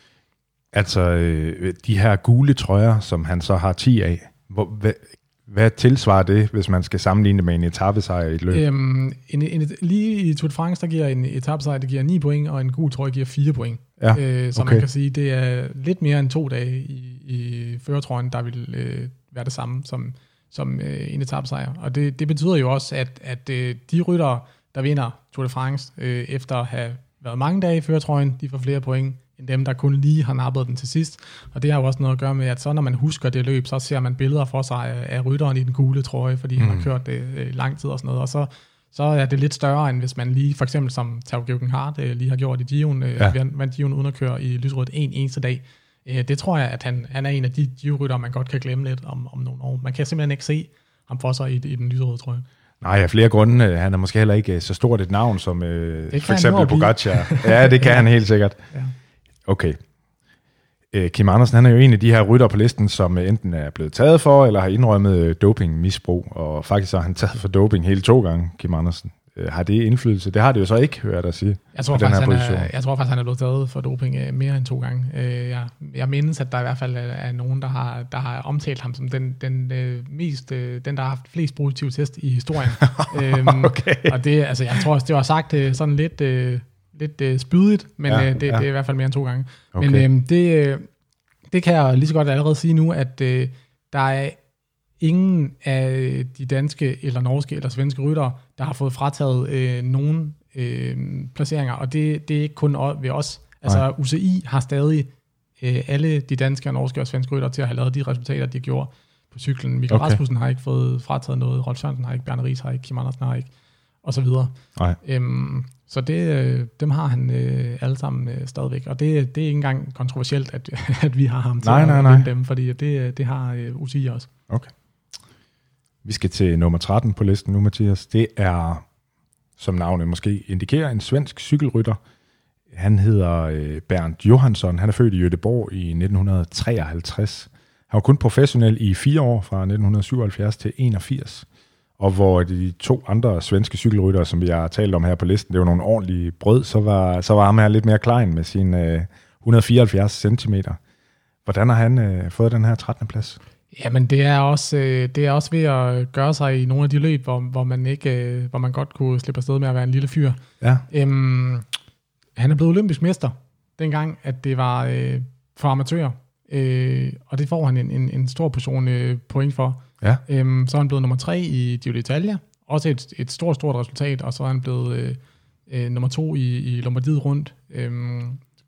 Altså, øh, de her gule trøjer, som han så har ti af, hvor, hvad, hvad tilsvarer det, hvis man skal sammenligne det med en etapesejr i et løb? Øhm, en, en, lige i Tour de France, der giver en etapesejr, det giver ni point, og en gul trøje giver fire point. Ja, øh, så okay. Man kan sige, det er lidt mere end to dage i, i førertrøjen, der vil øh, være det samme som, som øh, en etapesejr. Og det, det betyder jo også, at, at øh, de ryttere, der vinder Tour de France, øh, efter at have været mange dage i førertrøjen, de får flere point end dem, der kun lige har nappet den til sidst. Og det har jo også noget at gøre med, at så når man husker det løb, så ser man billeder for sig af, af rytteren i den gule trøje, fordi mm. han har kørt det øh, lang tid og sådan noget. Og så, så er det lidt større, end hvis man lige, for eksempel som Tao Geoghegan Hart øh, lige har gjort i Giroen, øh, ja. vandt Giroen uden at køre i lysrødt en eneste dag. Øh, det tror jeg, at han, han er en af de Giro-ryttere, man godt kan glemme lidt om, om nogle år. Man kan simpelthen ikke se ham for sig i, i den lysrøde trøje. Nej, af flere grunde. Han er måske heller ikke så stort et navn som øh, for eksempel Pogacar. Ja, det kan han helt sikkert. Ja. Okay. Kim Andersen, han er jo en af de her ryttere på listen, som enten er blevet taget for, eller har indrømmet dopingmisbrug, og faktisk har han taget for doping hele to gange, Kim Andersen. Har det indflydelse? Det har det jo så ikke, hører jeg dig sige. Jeg tror, faktisk, han er, jeg tror faktisk, han er blevet taget for doping mere end to gange. Jeg, jeg mindes, at der i hvert fald er nogen, der har, der har omtalt ham som den, den, mest, den, der har haft flest positive test i historien. Okay. Og det, altså, jeg tror også, det var sagt sådan lidt... lidt øh, spydigt, men ja, øh, det, ja. det er i hvert fald mere end to gange. Okay. Men øh, det, øh, det kan jeg lige så godt allerede sige nu, at øh, der er ingen af de danske, eller norske, eller svenske ryttere, der har fået frataget øh, nogen øh, placeringer, og det, det er ikke kun ved os. Altså Nej. U C I har stadig øh, alle de danske, og norske og svenske ryttere til at have lavet de resultater, de gjorde på cyklen. Michael okay. Rasmussen har ikke fået frataget noget, Rolf Sørensen har ikke, Bjarne Riis har ikke, Kim Andersen har ikke, og så videre. Nej. Øhm, Så det, øh, dem har han øh, alle sammen øh, stadigvæk, og det, det er ikke engang kontroversielt, at, at vi har ham til nej, at nej, nej. vinde dem, fordi det, det har øh, U C I også. Okay. Vi skal til nummer tretten på listen nu, Mathias. Det er, som navnet måske indikerer, en svensk cykelrytter. Han hedder øh, Bernd Johansson. Han er født i Göteborg i nitten treoghalvtreds. Han var kun professionel i fire år, fra nitten syvoghalvfjerds til enogfirs. Og hvor de to andre svenske cykelryttere, som vi har talt om her på listen, det var nogle ordentlige brød, så var, så var ham her lidt mere klein med sine øh, et hundrede fireoghalvfjerds centimeter. Hvordan har han øh, fået den her trettende plads? Jamen det er også øh, det er også ved at gøre sig i nogle af de løb, hvor, hvor man ikke øh, hvor man godt kunne slippe afsted med at være en lille fyr. Ja. Øhm, han er blevet olympisk mester dengang, at det var øh, for amatører, øh, og det får han en, en, en stor portion øh, point for. Ja. Øhm, så er han blevet nummer tre i Giro d'Italia, også et, et stort, stort resultat, og så er han blevet øh, øh, nummer to i, i Lombardiet rundt. Øhm,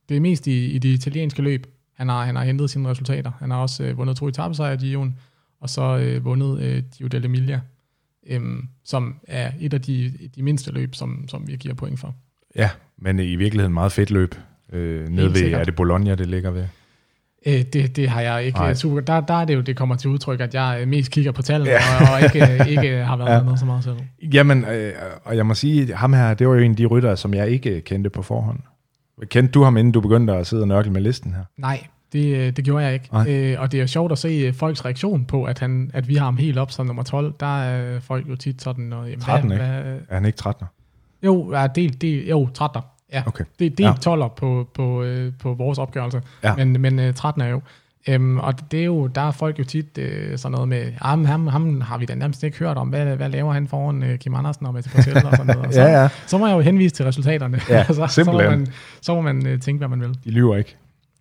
det er mest i, i de italienske løb. Han har, han har hentet sine resultater. Han har også øh, vundet to etapesejre i Giroen, og så øh, vundet øh, Giro dell'Emilia, øh, som er et af de, de mindste løb, som, som vi giver point for. Ja, men i virkeligheden meget fedt løb. Øh, nede ved, er det Bologna, det ligger ved? Øh, det, det har jeg ikke. Super. Der, der er det jo, det kommer til udtryk, at jeg mest kigger på tallene, ja. og, og ikke, ikke har været ja. noget så meget selv. Jamen, øh, og jeg må sige, ham her, det var jo en af de ryttere, som jeg ikke kendte på forhånd. Kendte du ham, inden du begyndte at sidde og nørkle med listen her? Nej, det, det gjorde jeg ikke. Øh, og det er jo sjovt at se folks reaktion på, at, han, at vi har ham helt op som nummer tolv. Der er folk jo tit sådan noget. Jamen, tretten, hvad, ikke? Hvad, er han ikke tretten? Jo, ja, del, del, jo tretten. Ja, okay. det, det er ja. tolver på, på, øh, på vores opgørelse, ja. men, men øh, tretten er jo. Øhm, og det er jo, der er folk jo tit øh, sådan noget med, ham, ham, ham har vi da nærmest ikke hørt om, hvad, hvad laver han foran øh, Kim Andersen og Mette Portel og sådan noget. Og så, ja, ja. så må jeg jo henvise til resultaterne. Ja, så, så må man, så må man øh, tænke, hvad man vil. De lyver ikke.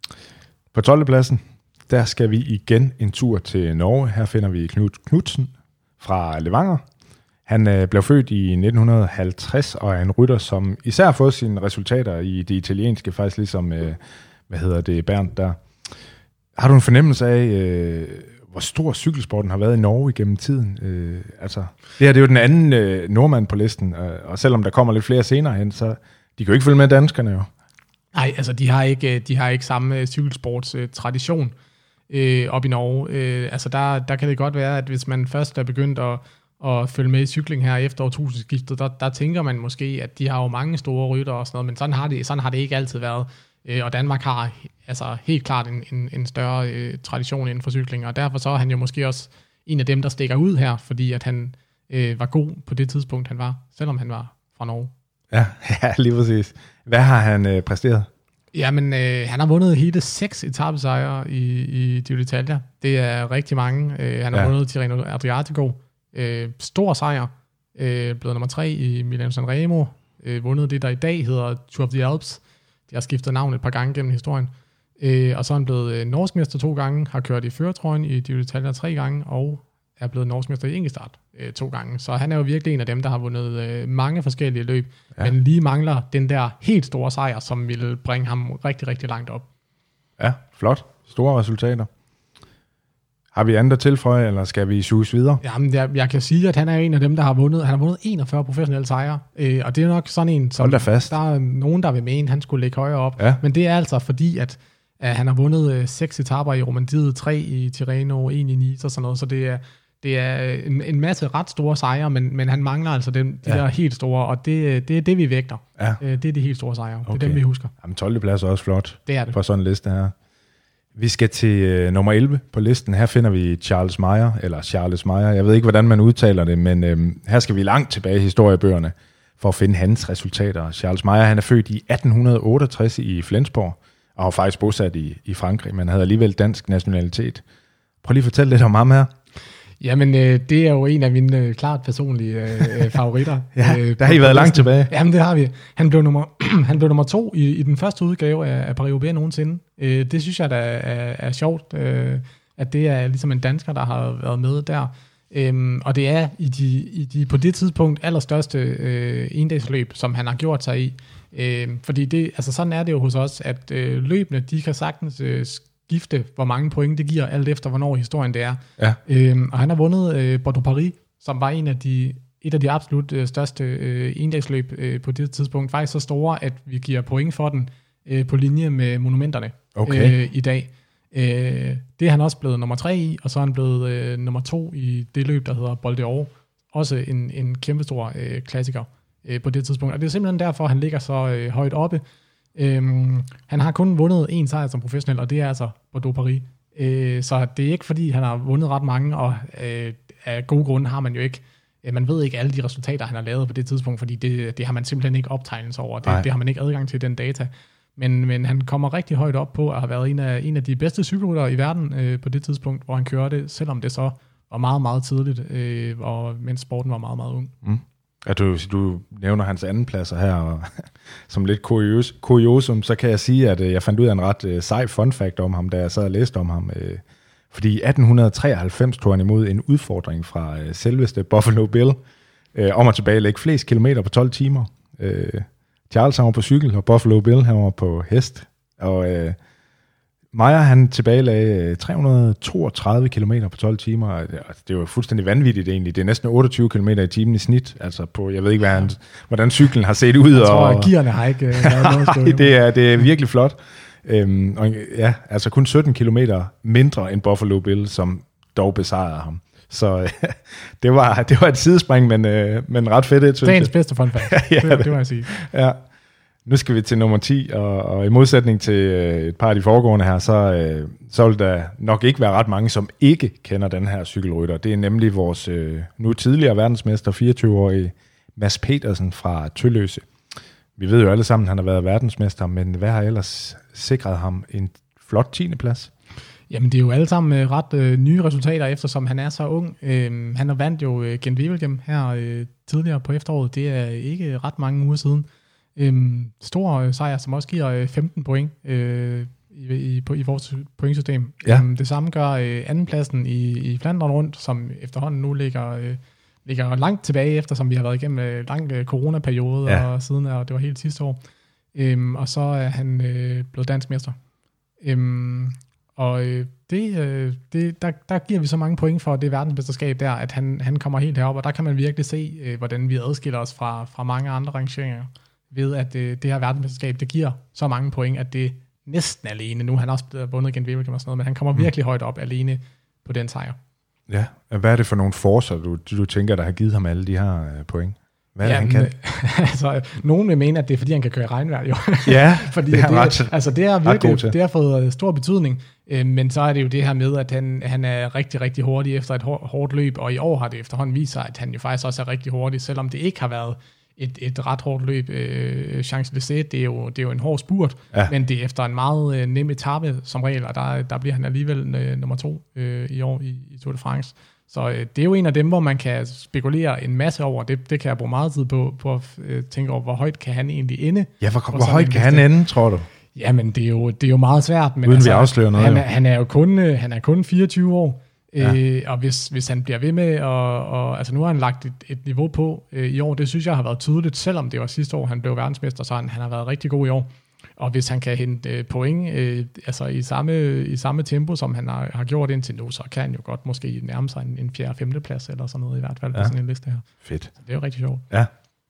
På tolvte pladsen, der skal vi igen en tur til Norge. Her finder vi Knut Knudsen fra Levanger. Han øh, blev født i nitten halvtreds og er en rytter, som især har fået sine resultater i det italienske, faktisk ligesom, øh, hvad hedder det, Bernd der. Har du en fornemmelse af, øh, hvor stor cykelsporten har været i Norge igennem tiden? Øh, altså, det her det er jo den anden øh, nordmand på listen, øh, og selvom der kommer lidt flere senere hen, så de kan jo ikke følge med danskerne jo. Nej, altså de har ikke, de har ikke samme cykelsports øh, tradition øh, op i Norge. Øh, altså der, der kan det godt være, at hvis man først er begyndt at og følge med i cykling her efter årtusindskiftet, der, der tænker man måske, at de har jo mange store rytter og sådan noget, men sådan har det, sådan har det ikke altid været. Øh, og Danmark har altså helt klart en, en, en større øh, tradition inden for cykling, og derfor så er han jo måske også en af dem, der stikker ud her, fordi at han øh, var god på det tidspunkt, han var, selvom han var fra Norge. Ja, ja lige præcis. Hvad har han øh, præsteret? Jamen, øh, han har vundet hele seks etapesejre i, i Giro d'Italia. Det er rigtig mange. Øh, han har ja. vundet Tirreno Adriatico. Øh, stor sejr, øh, blevet nummer tre i Milano Sanremo, øh, vundet det, der i dag hedder Tour of the Alps. De har skiftet navn et par gange gennem historien. Øh, og så er han blevet øh, norskmester to gange, har kørt i førertrøjen i Giro d'Italia tre gange, og er blevet norskmester i enkeltstart øh, to gange. Så han er jo virkelig en af dem, der har vundet øh, mange forskellige løb, ja. men lige mangler den der helt store sejr, som ville bringe ham rigtig, rigtig langt op. Ja, flot. Store resultater. Har vi andre tilføje, eller skal vi suge videre? Jamen, jeg, jeg kan sige, at han er en af dem, der har vundet. Han har vundet enogfyrre professionelle sejre, øh, og det er nok sådan en, som der, fast. der er nogen, der vil mene, han skulle lægge højere op. Ja. Men det er altså fordi, at, at han har vundet øh, seks etaper i Romandiet, tre i Tirreno, en i Nice og sådan noget, så det er, det er en, en masse ret store sejre, men, men han mangler altså dem, de ja. der helt store, og det, det er det, vi vægter. Ja. Det er de helt store sejre. Okay. Det er dem, vi husker. Jamen, tolvte plads er også flot. Det er det. For sådan en liste her. Vi skal til øh, nummer elleve på listen. Her finder vi Charles Meyer, eller Charles Meyer. Jeg ved ikke, hvordan man udtaler det, men øh, her skal vi langt tilbage i historiebøgerne for at finde hans resultater. Charles Meyer, han er født i atten otteogtres i Flensborg, og var faktisk bosat i, i Frankrig, men havde alligevel dansk nationalitet. Prøv lige at fortælle lidt om ham her. Jamen, øh, det er jo en af mine øh, klart personlige øh, favoritter. ja, øh, der har I været langt tilbage. Jamen, det har vi. Han blev nummer, han blev nummer to i, i den første udgave af, af Paris-Roubaix nogensinde. Øh, det synes jeg da er, er sjovt, øh, at det er ligesom en dansker, der har været med der. Øhm, og det er i de, i de på det tidspunkt allerstørste øh, endagsløb, som han har gjort sig i. Øh, fordi det, altså sådan er det jo hos os, at øh, løbene, de kan sagtens øh, skifte, hvor mange point det giver, alt efter hvornår historien det er. Ja. Øhm, og han har vundet øh, Bordeaux-Paris, som var en af de, et af de absolut øh, største øh, endagsløb øh, på det tidspunkt. Faktisk så store, at vi giver point for den øh, på linje med monumenterne okay. øh, i dag. Øh, det er han også blevet nummer tre i, og så er han blevet øh, nummer to i det løb, der hedder Bol d'Or. Også en, en kæmpestor øh, klassiker øh, på det tidspunkt. Og det er simpelthen derfor, han ligger så øh, højt oppe. Øhm, han har kun vundet en sejr som professionel, og det er altså Bordeaux-Paris. Øh, så det er ikke, fordi han har vundet ret mange, og øh, af gode grunde har man jo ikke, øh, man ved ikke alle de resultater, han har lavet på det tidspunkt, fordi det, det har man simpelthen ikke optegnelse over. Det, det har man ikke adgang til, den data. Men, men han kommer rigtig højt op på at have været en af, en af de bedste cykelryttere i verden øh, på det tidspunkt, hvor han kørte, selvom det så var meget, meget tidligt, øh, og mens sporten var meget, meget ung. Mm. Ja, du, du nævner hans andenpladser her, og som lidt kurios, kuriosum, så kan jeg sige, at jeg fandt ud af en ret uh, sej fun fact om ham, da jeg sad og læste om ham. Uh, fordi i atten treoghalvfems tog han imod en udfordring fra uh, selveste Buffalo Bill, uh, om at tilbagelægge flest kilometer på tolv timer. Uh, Charles han var på cykel, og Buffalo Bill han var på hest. Og øh, Meyer, han tilbagelagde tre hundrede og toogtredive kilometer på tolv timer. Altså, det var fuldstændig vanvittigt egentlig. Det er næsten otteogtyve kilometer i timen i snit. Altså på, jeg ved ikke, hvad han, hvordan cyklen har set ud. Jeg tror, og, at gearne har ikke været noget. det, er, det er virkelig flot. Øhm, og ja, altså kun sytten kilometer mindre end Buffalo Bill, som dog besejrede ham. Så det, var, det var et sidespring, men, øh, men ret fedt. Det, Dagens bedste fun fact. ja, det, det må jeg sige. Ja. Nu skal vi til nummer ti, og, og i modsætning til øh, et par af de foregående her, så, øh, så vil der nok ikke være ret mange, som ikke kender den her cykelrytter. Det er nemlig vores øh, nu tidligere verdensmester, fireogtyve-årige Mads Pedersen fra Tølløse. Vi ved jo alle sammen, at han har været verdensmester, men hvad har ellers sikret ham en flot tiende plads? Jamen, det er jo alle sammen ret øh, nye resultater, eftersom han er så ung. Øhm, han har vandt jo øh, Gent-Wevelgem her øh, tidligere på efteråret. Det er ikke ret mange uger siden. Øhm, stor øh, sejr, som også giver øh, femten point øh, i, i, på, i vores pointsystem. Ja. Øhm, det samme gør øh, andenpladsen i, i Flandern rundt, som efterhånden nu ligger, øh, ligger langt tilbage, eftersom vi har været igennem øh, lang øh, coronaperiode ja. og siden, og det var helt sidste år. Øhm, og så er han øh, blevet dansk mester. Øhm, og øh, det, øh, det, der, der giver vi så mange point for det verdensmesterskab der, at han, han kommer helt herop, og der kan man virkelig se, øh, hvordan vi adskiller os fra, fra mange andre rangeringer, ved at øh, det her verdensmesterskab, det giver så mange point, at det næsten alene, nu har han også blevet vundet igen Wevelgem og sådan noget, men han kommer mm. virkelig højt op alene på den sejr. Ja, hvad er det for nogle forser, du, du tænker, der har givet ham alle de her øh, point? Hvad er det, Jamen, han kan? altså, nogen vil mene, at det er, fordi han kan køre i regnvejr, jo. Ja, fordi det er det, ret, altså, det er virkelig, det har fået stor betydning, øh, men så er det jo det her med, at han, han er rigtig, rigtig hurtig efter et hårdt, hårdt løb, og i år har det efterhånden vist sig, at han jo faktisk også er rigtig hurtig, selvom det ikke har været et, et ret hårdt løb. Øh, Champs-Élysées, det er, jo, det er jo en hård spurt, ja. Men det er efter en meget øh, nem etape som regel, og der, der bliver han alligevel øh, nummer to øh, i år i, i Tour de France. Så øh, det er jo en af dem, hvor man kan spekulere en masse over. Det, det kan jeg bruge meget tid på, på at øh, tænke over, hvor højt kan han egentlig ende. Ja, hvor, hvor højt kan han ende, tror du? Jamen, det er jo, det er jo meget svært. Men uden altså, vi afslører noget. Han er, han er jo kun, øh, han er kun fireogtyve år. Ja. Øh, og hvis, hvis han bliver ved med, og, og altså nu har han lagt et, et niveau på øh, i år, det synes jeg har været tydeligt, selvom det var sidste år, han blev verdensmester, så han, han har været rigtig god i år. Og hvis han kan hente øh, point øh, altså i samme, i samme tempo, som han har, har gjort indtil nu, så kan han jo godt måske nærme sig en, en fjerde femte plads, eller sådan noget i hvert fald ja. På sådan en liste her. Fedt. Så det er jo rigtig sjovt. Ja,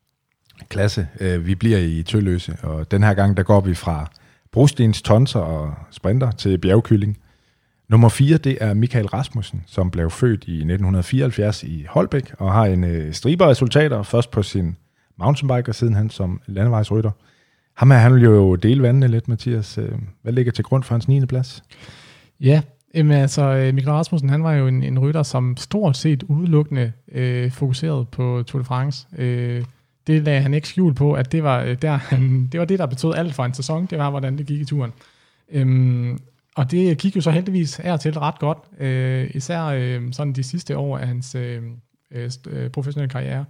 klasse. Øh, vi bliver i Tølløse, og den her gang, der går vi fra brostens tonser og sprinter til bjergkylling. Nummer fire, det er Michael Rasmussen, som blev født i nitten fireoghalvfjerds i Holbæk, og har en øh, stribe resultater, først på sin mountainbike, og siden han som landevejsrytter. Ham her, han vil jo dele vandene lidt, Mathias. Hvad ligger til grund for hans niende plads? Ja, jamen, altså Michael Rasmussen, han var jo en, en rytter, som stort set udelukkende øh, fokuserede på Tour de France. Øh, det lagde han ikke skjul på, at det var, der, han, det var det, der betød alt for en sæson. Det var, hvordan det gik i turen. Øhm, og det gik jo så heldigvis af og til ret godt. Øh, især øh, sådan de sidste år af hans øh, øh, professionelle karriere.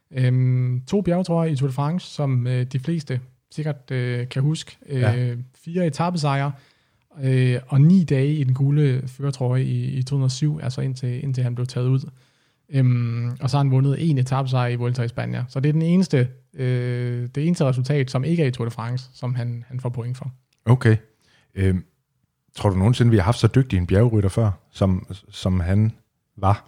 Øh, to bjergetrøjer i Tour de France, som øh, de fleste sikkert øh, kan huske. Øh, ja. Fire etapesejre øh, og ni dage i den gule førertrøje i, i to tusind og syv, altså indtil, indtil han blev taget ud. Øhm, og så har han vundet en etapesejr i Vuelta i Spanien. Så det er den eneste, øh, det eneste resultat, som ikke er i Tour de France, som han, han får point for. Okay. Øhm, tror du nogensinde, vi har haft så dygtig en bjergrytter før, som, som han var?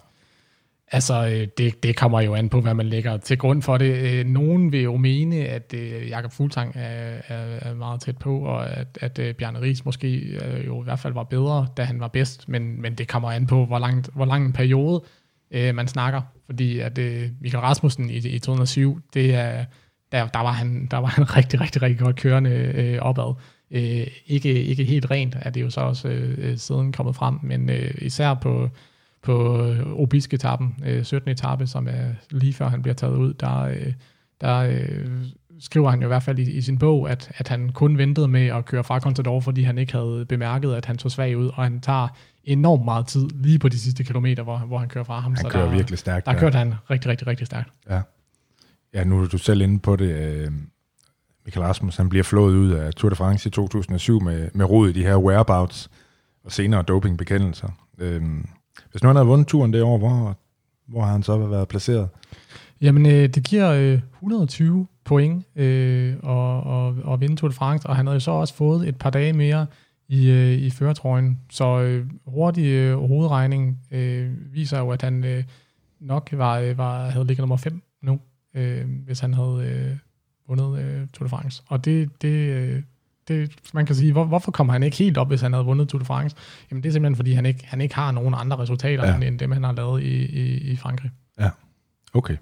Altså, det, det kommer jo an på, hvad man lægger til grund for det. Nogen vil jo mene, at Jakob Fuglsang er, er, er meget tæt på, og at, at Bjarne Riis måske jo i hvert fald var bedre, da han var bedst, men, men det kommer an på, hvor lang, hvor lang en periode øh, man snakker. Fordi at øh, Michael Rasmussen i, i to tusind og syv, det er, der, der, var han, der var han rigtig, rigtig, rigtig godt kørende øh, opad. Øh, ikke, ikke helt rent er det jo så også øh, siden kommet frem, men øh, især på på Obisque-etappen, øh, syttende etape, som er lige før han bliver taget ud, der, øh, der øh, skriver han jo i hvert fald i, i sin bog, at, at han kun ventede med at køre fra Contador, fordi han ikke havde bemærket, at han så svag ud, og han tager enormt meget tid lige på de sidste kilometer, hvor, hvor han kører fra ham. Han så kører der, virkelig stærkt. Der, der kørte han rigtig, rigtig, rigtig stærkt. Ja, ja, nu er du selv inde på det. Øh, Michael Rasmussen, han bliver flået ud af Tour de France i to tusind og syv med, med rod i de her whereabouts, og senere dopingbekendelser. Øh, Hvis nu han havde vundet turen det år, hvor, hvor har han så været placeret? Jamen, øh, det giver øh, et hundrede og tyve point øh, og, og, og vinde Tour de France, og han havde jo så også fået et par dage mere i, øh, i førertrøjen. Så øh, hurtig øh, hovedregning øh, viser jo, at han øh, nok var, var, havde ligget nummer fem nu, øh, hvis han havde øh, vundet øh, Tour de France. Og det, det, øh, det man kan sige, hvor, hvorfor kommer han ikke helt op, hvis han havde vundet Tour de France? Jamen det er simpelthen, fordi han ikke, han ikke har nogen andre resultater, ja. end, end dem, han har lavet i, i, i Frankrig. Ja, okay.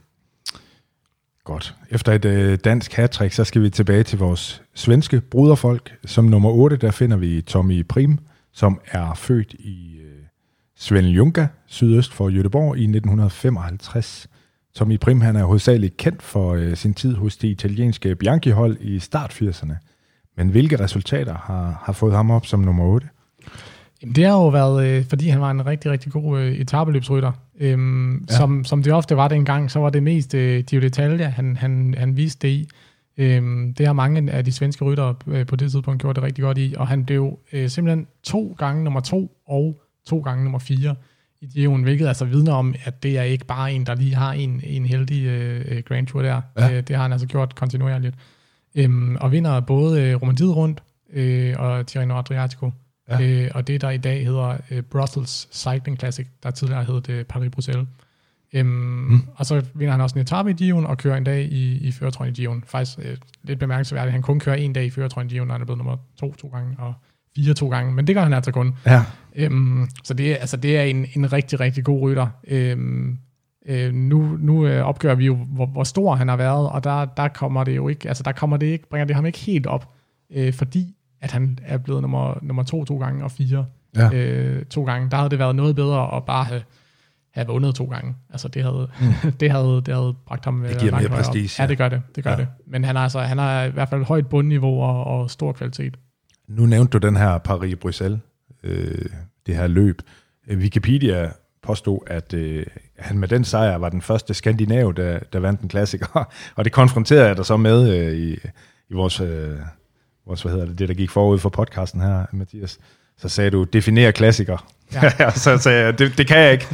Godt. Efter et øh, dansk hattrick, så skal vi tilbage til vores svenske bruderfolk. Som nummer otte, der finder vi Tommy Prim, som er født i øh, Svenljunga, sydøst for Göteborg i nitten femoghalvtreds. Tommy Prim, han er hovedsageligt kendt for øh, sin tid hos det italienske Bianchi-hold i start firserne. Men hvilke resultater har, har fået ham op som nummer otte? Jamen, det har jo været, øh, fordi han var en rigtig, rigtig god øh, etapeløbsrytter. Øhm, ja. som, som det ofte var dengang, så var det mest øh, Giro d'Italia, han, han, han viste det i. Øhm, det har mange af de svenske ryttere øh, på det tidspunkt gjort det rigtig godt i, og han blev øh, simpelthen to gange nummer to og to gange nummer fire i Giroen, hvilket altså vidner om, at det er ikke bare en, der lige har en, en heldig øh, Grand Tour der. Ja. Øh, det har han altså gjort kontinuerligt. Øhm, og vinder både øh, Romandiet rundt øh, og Tirreno Adriatico. Ja. Øh, og det, der i dag hedder øh, Brussels Cycling Classic, der tidligere hed det Paris-Bruxelles. Øhm, mm. Og så vinder han også en etape i Giroen og kører en dag i, i førertrøjen i Giroen. Faktisk øh, lidt bemærkelsesværdigt, han kun kører en dag i førertrøjen i Giroen, når han er blevet nummer to to gange og fire to gange, men det gør han altså kun. Ja. Øhm, så det er, altså, det er en, en rigtig, rigtig god rytter. Øhm, øh, nu nu øh, opgør vi jo, hvor, hvor stor han har været, og der, der kommer det jo ikke, altså der kommer det ikke, bringer det ham ikke helt op, øh, fordi at han er blevet nummer, nummer to to gange og fire ja. øh, to gange. Der havde det været noget bedre at bare have, have vundet to gange. Altså det havde, mm. det havde, det havde bragt ham det giver mere prestige. Ja, det gør det. det, gør ja. det. Men han har altså, han har i hvert fald højt bundniveau og, og stor kvalitet. Nu nævnte du den her Paris-Bruxelles, øh, det her løb. Wikipedia påstod, at øh, han med den sejr var den første skandinav, der, der vandt en klassiker. Og det konfronterede jeg dig så med øh, i, i vores... Øh, Vores, hvad hedder det, det der gik forud for podcasten her, Mathias, så sagde du, definere klassiker. Ja. Så sagde jeg, det, det kan jeg ikke.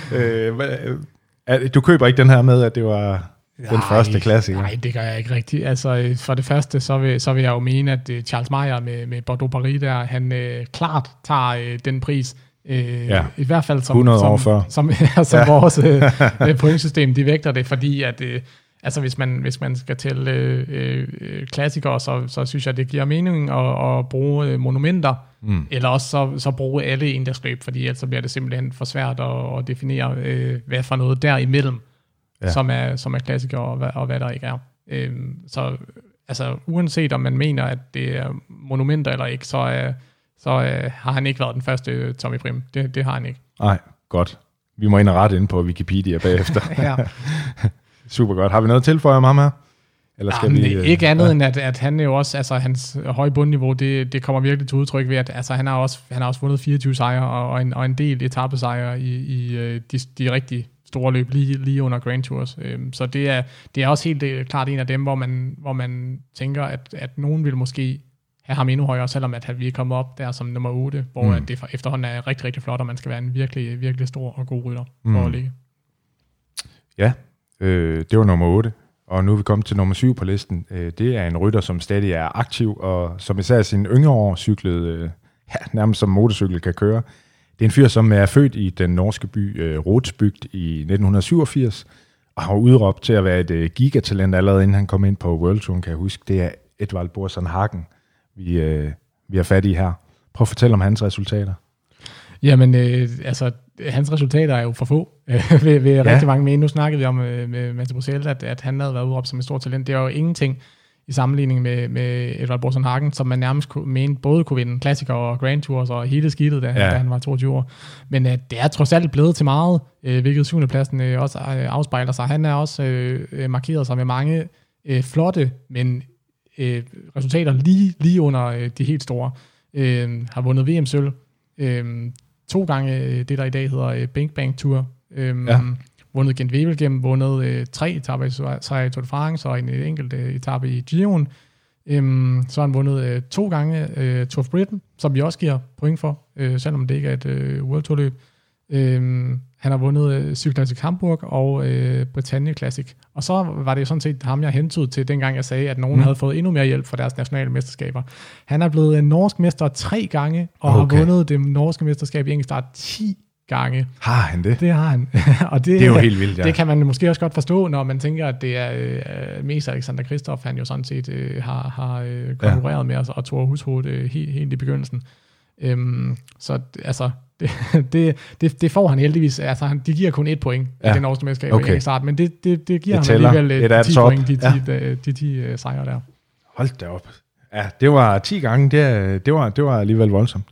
Øh, du køber ikke den her med, at det var den nej, første klassiker? Nej, det gør jeg ikke rigtigt. Altså, for det første, så vil, så vil jeg jo mene, at uh, Charles Meyer med, med Bordeaux-Paris der, han uh, klart tager uh, den pris. Uh, ja. I hvert fald som, hundrede år som, som, altså, ja. vores uh, pointsystem, de vægter det, fordi at... Uh, Altså hvis man, hvis man skal tælle øh, øh, klassikere, så, så synes jeg, det giver mening at, at bruge øh, monumenter, mm. eller også så, så bruge alle endagsløb, fordi ellers så bliver det simpelthen for svært at, at definere, øh, hvad for noget derimellem, ja. som, er, som er klassikere, og hvad, og hvad der ikke er. Øh, så altså, uanset om man mener, at det er monumenter eller ikke, så, øh, så øh, har han ikke været den første Tommy Prim. Det, det har han ikke. Nej, godt. Vi må ind og rette ind på Wikipedia bagefter. Ja. Super godt. Har vi noget til for ham her? Eller skal Jamen, vi, øh, ikke andet ja. end, at, at han er jo også, altså hans høje bundniveau, det, det kommer virkelig til udtryk ved, at altså, han, har også, han har også vundet fireogtyve sejre og, og, en, og en del etapesejre i, i de, de rigtig store løb, lige, lige under Grand Tours. Så det er, det er også helt klart en af dem, hvor man, hvor man tænker, at, at nogen vil måske have ham endnu højere, selvom at vi er kommet op der som nummer otte, hvor mm. at det efterhånden er rigtig, rigtig flot, og man skal være en virkelig, virkelig stor og god rytter for mm. at ligge. Ja, øh, det var nummer otte. Og nu er vi kommet til nummer syv på listen. Det er en rytter, som stadig er aktiv, og som især i sine yngre år cyklede ja, nærmest som motorcykel kan køre. Det er en fyr, som er født i den norske by uh, Rodsbygd i nitten syvogfirs, og har udråbt til at være et uh, gigatalent allerede inden han kom ind på World Tour, kan jeg huske. Det er Edvald Boasson Hagen, vi, uh, vi er fat i her. Prøv at fortælle om hans resultater. Jamen, øh, altså, hans resultater er jo for få, øh, ved, ved ja. rigtig mange mene. Nu snakkede vi om øh, med Mathieu Bruxelles, at, at han havde været udråbt som et stort talent. Det er jo ingenting i sammenligning med, med Edvald Boasson Hagen, som man nærmest kunne, mente både kunne vinde klassikere og Grand Tours og hele skidtet, da, ja. da han var toogtyve år. Men øh, det er trods alt blevet til meget, øh, hvilket syvende pladsen øh, også øh, afspejler sig. Han er også øh, markeret sig med mange øh, flotte, men øh, resultater lige, lige under øh, de helt store. Øh, har vundet V M-sølv. Øh, to gange det, der i dag hedder Bing Bang Tour. Øhm, ja. Vundet Gent Wevelgem, vundet øh, tre etaper i Tour de France og en enkelt øh, etape i Giroen. Øhm, så har han vundet øh, to gange øh, Tour of Britain, som vi også giver point for, øh, selvom det ikke er et øh, World Tour løb. Øhm, han har vundet øh, Cykelklassik Hamburg og øh, Britannia Classic. Og så var det jo sådan set ham, jeg hentede til, dengang jeg sagde, at nogen mm. havde fået endnu mere hjælp for deres nationale mesterskaber. Han er blevet en norsk mester tre gange, og okay. har vundet det norske mesterskab i enkeltstart ti gange. Har han det? Det har han. og det, det er jo helt vildt, ja. Det kan man måske også godt forstå, når man tænker, at det er øh, mest Alexander Kristoff, han jo sådan set øh, har, har øh, konkurreret ja. med os, og Thor Hushovd øh, helt, helt i begyndelsen. Øhm, så altså, det, det, det, det får han heldigvis. Altså, han, de giver kun et point ja. i den norske mesterskab okay. i start, men det, det, det giver det ham alligevel de ti point, de ti, ja. de, de ti uh, sejre der. Hold da op. Ja, det var ti gange, det, det, var, det var alligevel voldsomt.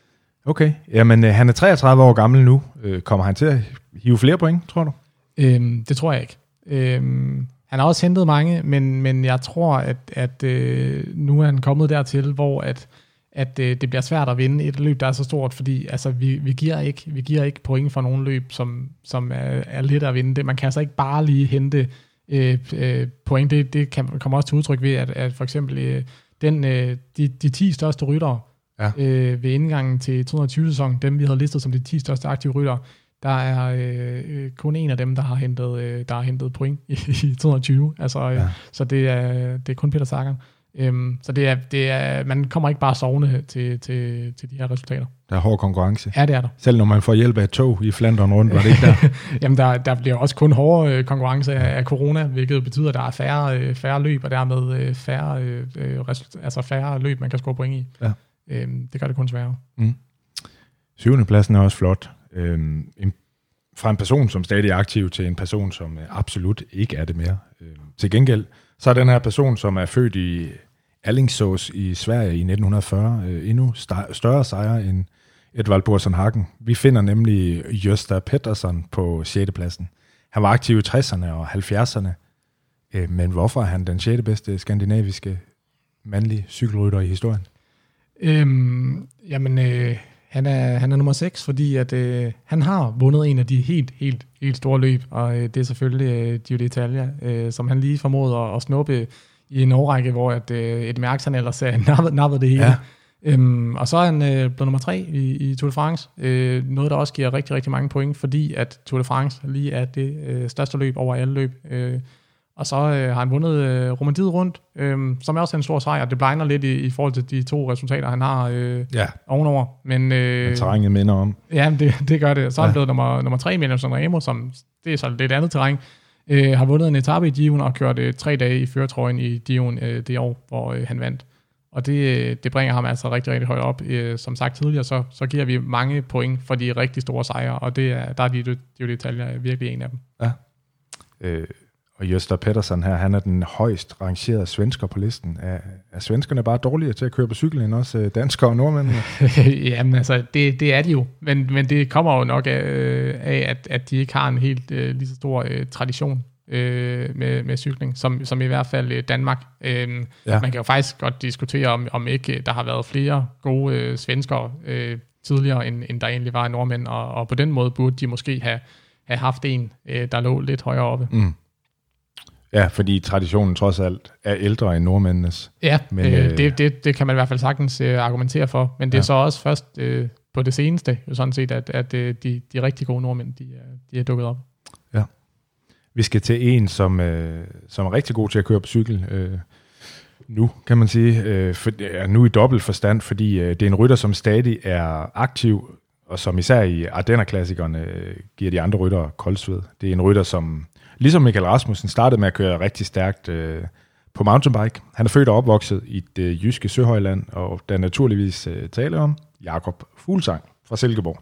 Okay, jamen han er treogtredive år gammel nu. Kommer han til at hive flere point, tror du? Øhm, det tror jeg ikke. Øhm, han har også hentet mange, men, men jeg tror, at, at øh, nu er han kommet dertil, hvor at, at øh, det bliver svært at vinde et løb, der er så stort, fordi altså, vi, vi, giver ikke, vi giver ikke point for nogle løb, som, som er, er let at vinde. Man kan altså ikke bare lige hente øh, øh, point. Det, det kan komme også til udtryk ved, at, at for eksempel øh, den, øh, de, de ti største ryttere, ja. øh, ved indgangen til to tusind og tyve-sæsonen, dem vi havde listet som de ti største aktive ryttere, der er øh, kun en af dem, der har hentet, øh, der har hentet point i, i to tusind og tyve. Altså, øh, ja. Så det er, det er kun Peter Sagan. Øhm, så det er, det er, man kommer ikke bare sovende til, til, til de her resultater. Der er hård konkurrence. Ja, det er der. Selv når man får hjælp af et tog i Flandern rundt, var det ikke der? Jamen, der, der bliver også kun hård øh, konkurrence af, af corona, hvilket betyder, at der er færre, øh, færre løb, og dermed øh, færre, øh, result- altså færre løb, man kan score point i. Ja. Øhm, det gør det kun sværere. Mm. Syvende pladsen er også flot. Øhm, en, fra en person, som stadig er aktiv, til en person, som absolut ikke er det mere. Øhm, til gengæld, så er den her person, som er født i Alingsås i Sverige i nitten fyrre, øh, endnu st- større sejr end Edvald Boasson Hagen. Vi finder nemlig Gösta Pettersson på sjette pladsen. Han var aktiv i tresserne og halvfjerdserne, øh, men hvorfor er han den sjette bedste skandinaviske mandlige cykelrytter i historien? Øhm, jamen, øh, han, er, han er nummer seks, fordi at, øh, han har vundet en af de helt, helt, helt store løb, og øh, det er selvfølgelig øh, Giro d'Italia, øh, som han lige formåede at, at snuppe i en årrække, hvor at, øh, et mærke han ellers øh, nappede, nappede det hele. Ja. Øhm, og så er han øh, blevet nummer tre i, i Tour de France, øh, noget der også giver rigtig, rigtig mange point, fordi at Tour de France lige er det øh, største løb over alle løb. Øh, og så øh, har han vundet øh, Romandiet rundt, øh, som er også en stor sejr. Det blegner lidt i, i forhold til de to resultater, han har øh, ja. ovenover. Men, øh, Men terrænet minder om. Ja, det, det gør det. Så er han ja. blevet nummer, nummer tre med Sanremo, som det er så lidt andet terræn. Øh, har vundet en etape i Giroen og kørt øh, tre dage i førertrøjen i Giroen øh, det år, hvor øh, han vandt. Og det, det bringer ham altså rigtig, rigtig højt op. Øh, som sagt tidligere, så, så giver vi mange point for de rigtig store sejre, og det er, der er de, de, de detaljer virkelig en af dem. Ja. Øh, og Gösta Pettersson her, han er den højst rangerede svensker på listen. Er, er svenskerne bare dårligere til at køre på cykel end også danskere og nordmænd? Jamen altså, det, det er de jo. Men, men det kommer jo nok af, af at, at de ikke har en helt øh, lige så stor øh, tradition øh, med, med cykling, som, som i hvert fald øh, Danmark. Øh, ja. Man kan jo faktisk godt diskutere, om, om ikke der har været flere gode øh, svenskere øh, tidligere, end, end der egentlig var i nordmænd. Og, og på den måde burde de måske have, have haft en, øh, der lå lidt højere oppe. Mm. Ja, fordi traditionen trods alt er ældre end nordmændenes. Ja, men, øh, det, det, det kan man i hvert fald sagtens øh, argumentere for. Men det ja. er så også først øh, på det seneste, jo sådan set, at, at øh, de, de rigtig gode nordmænd, de, de er dukket op. Ja. Vi skal til en, som, øh, som er rigtig god til at køre på cykel. Øh, nu, kan man sige. Øh, for, er nu i dobbelt forstand, fordi øh, det er en rytter, som stadig er aktiv, og som især i Ardenner-klassikerne øh, giver de andre ryttere koldsved. Det er en rytter, som ligesom Michael Rasmussen startede med at køre rigtig stærkt øh, på mountainbike. Han er født og opvokset i det jyske Søhøjland, og der er naturligvis øh, tale om Jakob Fuglsang fra Silkeborg.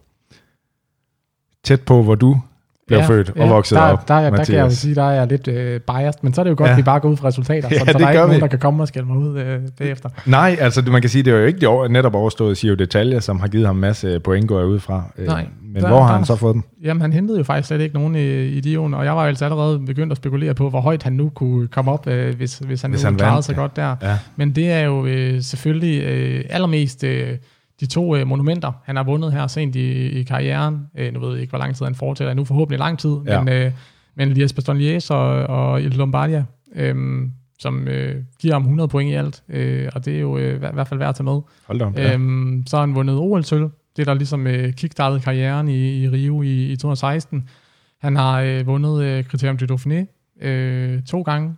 Tæt på, hvor du blev ja, født og ja, vokset der, op, der, der, der kan jeg jo sige, der er jeg lidt øh, biased, men så er det jo godt, at ja. vi bare går ud fra resultater, ja, så, så der er ikke nogen, der kan komme og skælde mig ud øh, bagefter. Nej, altså man kan sige, det er jo ikke de over, netop overstået Giro d'Italia, som har givet ham en masse point, går jeg ud fra. Øh, Nej. Men der, hvor har der, han så fået dem? Jamen, han hentede jo faktisk slet ikke nogen i, i Dion, og jeg var altså allerede begyndt at spekulere på, hvor højt han nu kunne komme op, øh, hvis, hvis han hvis nu han klarede vandt, sig ja. godt der. Ja. Men det er jo øh, selvfølgelig øh, allermest øh, de to øh, monumenter, han har vundet her sent i, i karrieren. Øh, nu ved jeg ikke, hvor lang tid han fortæller, nu forhåbentlig lang tid, ja. men, øh, men Liège-Bastogne-Liège og, og Il Lombardia, øh, som øh, giver ham hundrede point i alt, øh, og det er jo øh, i hvert fald værd at tage med. Hold da om, ja. øhm, så har han vundet O L-sølv Det der ligesom øh, kickstartede karrieren i, i Rio i, i to tusind og seksten. Han har øh, vundet øh, Criterium du Dauphiné øh, to gange.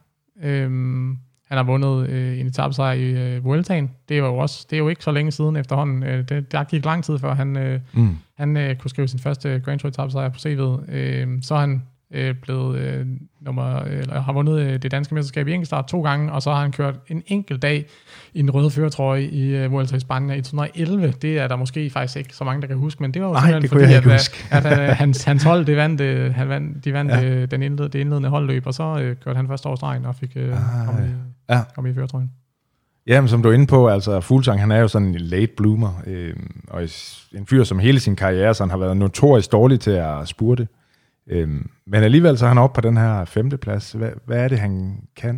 Øhm, han har vundet øh, en etapesejr i øh, Vueltaen. Det er jo også, det er jo ikke så længe siden efterhånden. Øh, det, der gik lang tid før han, øh, mm. han øh, kunne skrive sin første Grand Tour etapesejr på C V'et. Øh, så er han øh, blevet øh, nummer, eller har vundet øh, det danske mesterskab i enkeltstart to gange, og så har han kørt en enkelt dag i en røde førertrøje i øh, Vuelta i Spanien i to tusind og elleve. Det er der måske faktisk ikke så mange, der kan huske, men det var jo simpelthen fordi, at, at, at, at hans, hans hold, det vandt, øh, han vandt, de vandt ja. øh, den indled, det indledende holdløb, og så øh, kørte han først over stregen og fik øh, ah, kom, i, ja. kom i førertrøjen. Jamen, som du er inde på, altså Fuglsang, han er jo sådan en late bloomer, øh, og en fyr, som hele sin karriere, så han har været notorisk dårlig til at spurte. Øh, men alligevel så er han oppe på den her femteplads. Hvad, hvad er det, han kan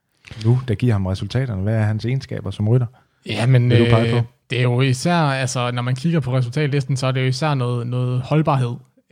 nu, der giver ham resultaterne? Hvad er hans egenskaber som rytter? Jamen, øh, det er jo især, altså når man kigger på resultatlisten, så er det jo især noget, noget holdbarhed.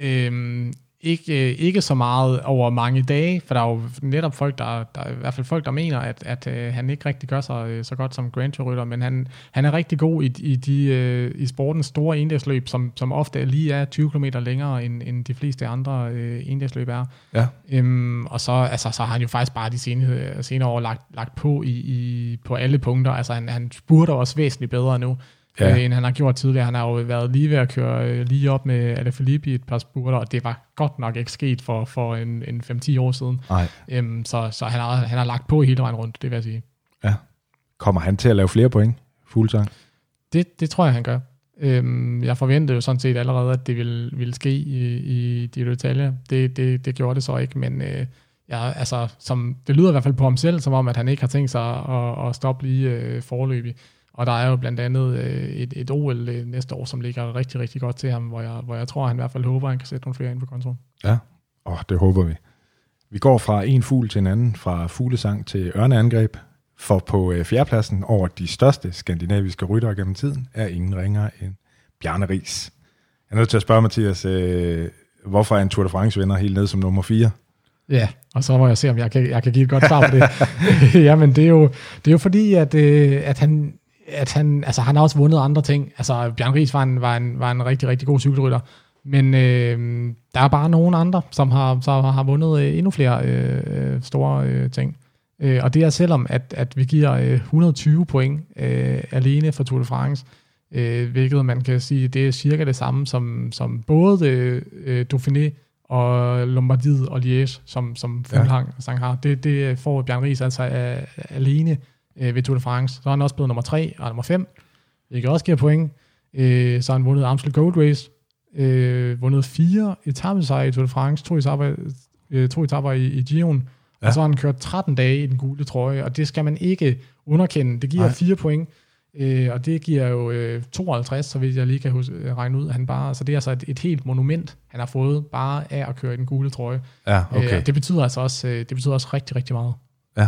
Øh, Ikke, ikke så meget over mange dage, for der er jo netop folk, der, der er i hvert fald folk, der mener, at, at uh, han ikke rigtig gør sig uh, så godt som Grand Tour-rytter, men han, han er rigtig god i, i, de, uh, i sportens store endagsløb, som, som ofte lige er tyve kilometer længere, end, end de fleste andre uh, endagsløb er. Ja. Um, og så, altså, så har han jo faktisk bare de senere, senere år lagt, lagt på i, i, på alle punkter. Altså han, han spurter også væsentligt bedre nu. Ja. end han har gjort tidligere. Han har jo været lige ved at køre øh, lige op med Alaphilippe i et par spurter, og det var godt nok ikke sket for, for en, en fem til ti år siden. Øhm, så så han, har, han har lagt på hele vejen rundt, det vil jeg sige. Ja. Kommer han til at lave flere point, Fuglsang? Det, det tror jeg, han gør. Øhm, jeg forventede jo sådan set allerede, at det ville, ville ske i, i de detaljer. Det, det, det gjorde det så ikke, men øh, ja, altså, som, det lyder i hvert fald på ham selv, som om, at han ikke har tænkt sig at, at stoppe lige øh, forløbig. Og der er jo blandt andet øh, et, et O L øh, næste år, som ligger rigtig, rigtig godt til ham, hvor jeg, hvor jeg tror, at han i hvert fald håber, at han kan sætte nogle flere ind på kontoen. Ja, åh, det håber vi. Vi går fra en fugl til en anden, fra fuglesang til ørneangreb, for på øh, fjerdepladsen over de største skandinaviske ryttere gennem tiden, er ingen ringere end Bjarne Riis. Jeg er nødt til at spørge, Mathias, øh, hvorfor er en Tour de France-vinder helt ned som nummer fire? Ja, og så må jeg se, om jeg kan, jeg kan give et godt svar på det. Jamen, det er jo, det er jo fordi, at, øh, at han... at han, altså han har også vundet andre ting. Altså Bjarne Riis var en, var en, var en rigtig, rigtig god cykelrytter. Men øh, der er bare nogle andre, som har, som har vundet øh, endnu flere øh, store øh, ting. Øh, og det er selvom, at, at vi giver øh, et hundrede og tyve point øh, alene for Tour de France, øh, hvilket man kan sige, det er cirka det samme som, som både øh, Dauphiné og Lombardiet og Liège, som, som Fuglsang ja. har. Det, det får Bjarne Riis altså øh, alene ved Tour de France. Så er han også blevet nummer tre og nummer fem, hvilket også giver point. Øh, så har han vundet Amstel Gold Race, øh, vundet fire etapesejre i Tour de France, to etaper, øh, to etaper i, i Giroen, ja. Og så har han kørt tretten dage i den gule trøje, og det skal man ikke underkende. Det giver Nej. fire point, øh, og det giver jo øh, tooghalvtreds, så vidt jeg lige kan huske, regne ud. Han bare, så det er altså et, et helt monument, han har fået bare af at køre i den gule trøje. Ja, okay. øh, og det betyder altså også, øh, det betyder også rigtig, rigtig meget. Ja,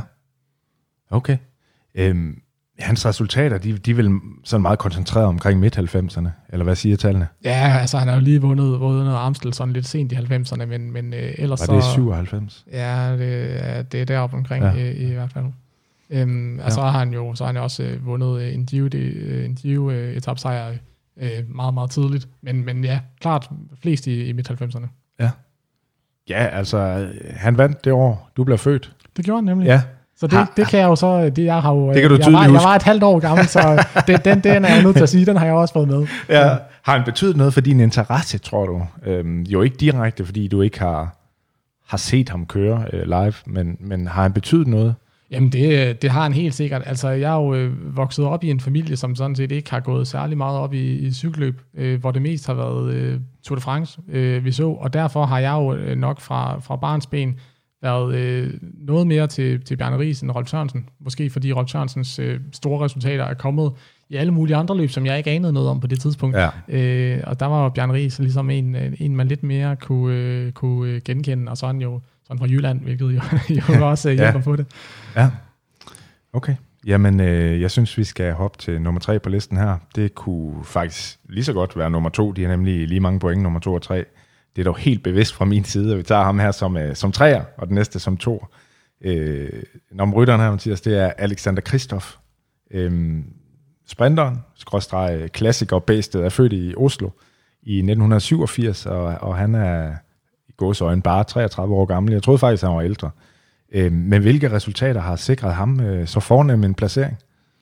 okay. Øhm, hans resultater, de, de er vel sådan meget koncentreret omkring midt halvfemserne, eller hvad siger tallene? Ja, altså han har jo lige vundet, vundet Amstel sådan lidt sent i halvfemserne, men, men øh, ellers så... Var det syvoghalvfems? Ja, det, det er deroppe omkring ja. i, i hvert fald. Øhm, ja. Og så har han jo så har han også øh, vundet en Giro, en Giro øh, etapesejr øh, meget, meget tidligt, men, men ja, klart flest i, i midt halvfemserne. Ja. Ja, altså han vandt det år, du blev født. Det gjorde han nemlig. Ja. Så det, det kan jeg jo så, det jeg har jo, det kan du jeg, var, jeg var et halvt år gammel, så det, den, den er jeg nødt til at sige, den har jeg også fået med. Ja. Har han betydet noget for din interesse, tror du? Øhm, jo ikke direkte, fordi du ikke har, har set ham køre øh, live, men, men har han betydet noget? Jamen det, det har han helt sikkert. Altså jeg er jo øh, vokset op i en familie, som sådan set ikke har gået særlig meget op i, i cykelløb, øh, hvor det mest har været øh, Tour de France, øh, vi så, og derfor har jeg jo øh, nok fra, fra barnsben været øh, noget mere til, til Bjarne Riis end Rolf Sørensen. Måske fordi Rolf Sørensens øh, store resultater er kommet i alle mulige andre løb, som jeg ikke anede noget om på det tidspunkt. Ja. Øh, og der var Bjarne Riis ligesom en, en man lidt mere kunne, øh, kunne genkende, og så er han jo sådan fra Jylland, hvilket jo, jo også hjælper ja. på det. Ja, okay. Jamen, øh, jeg synes, vi skal hoppe til nummer tre på listen her. Det kunne faktisk lige så godt være nummer to. De har nemlig lige mange point, nummer to og tre. Det er dog helt bevidst fra min side, at vi tager ham her som, øh, som treer, og den næste som to. Øh, nummer rytteren her, Mathias, det er Alexander Kristoff. Øh, sprinteren, skråstreg klassikerbæstet, er født i Oslo i nitten syvogfirs, og, og han er i gåseøjne bare treogtredive år gammel. Jeg troede faktisk, han var ældre. Øh, men hvilke resultater har sikret ham øh, så fornem en placering?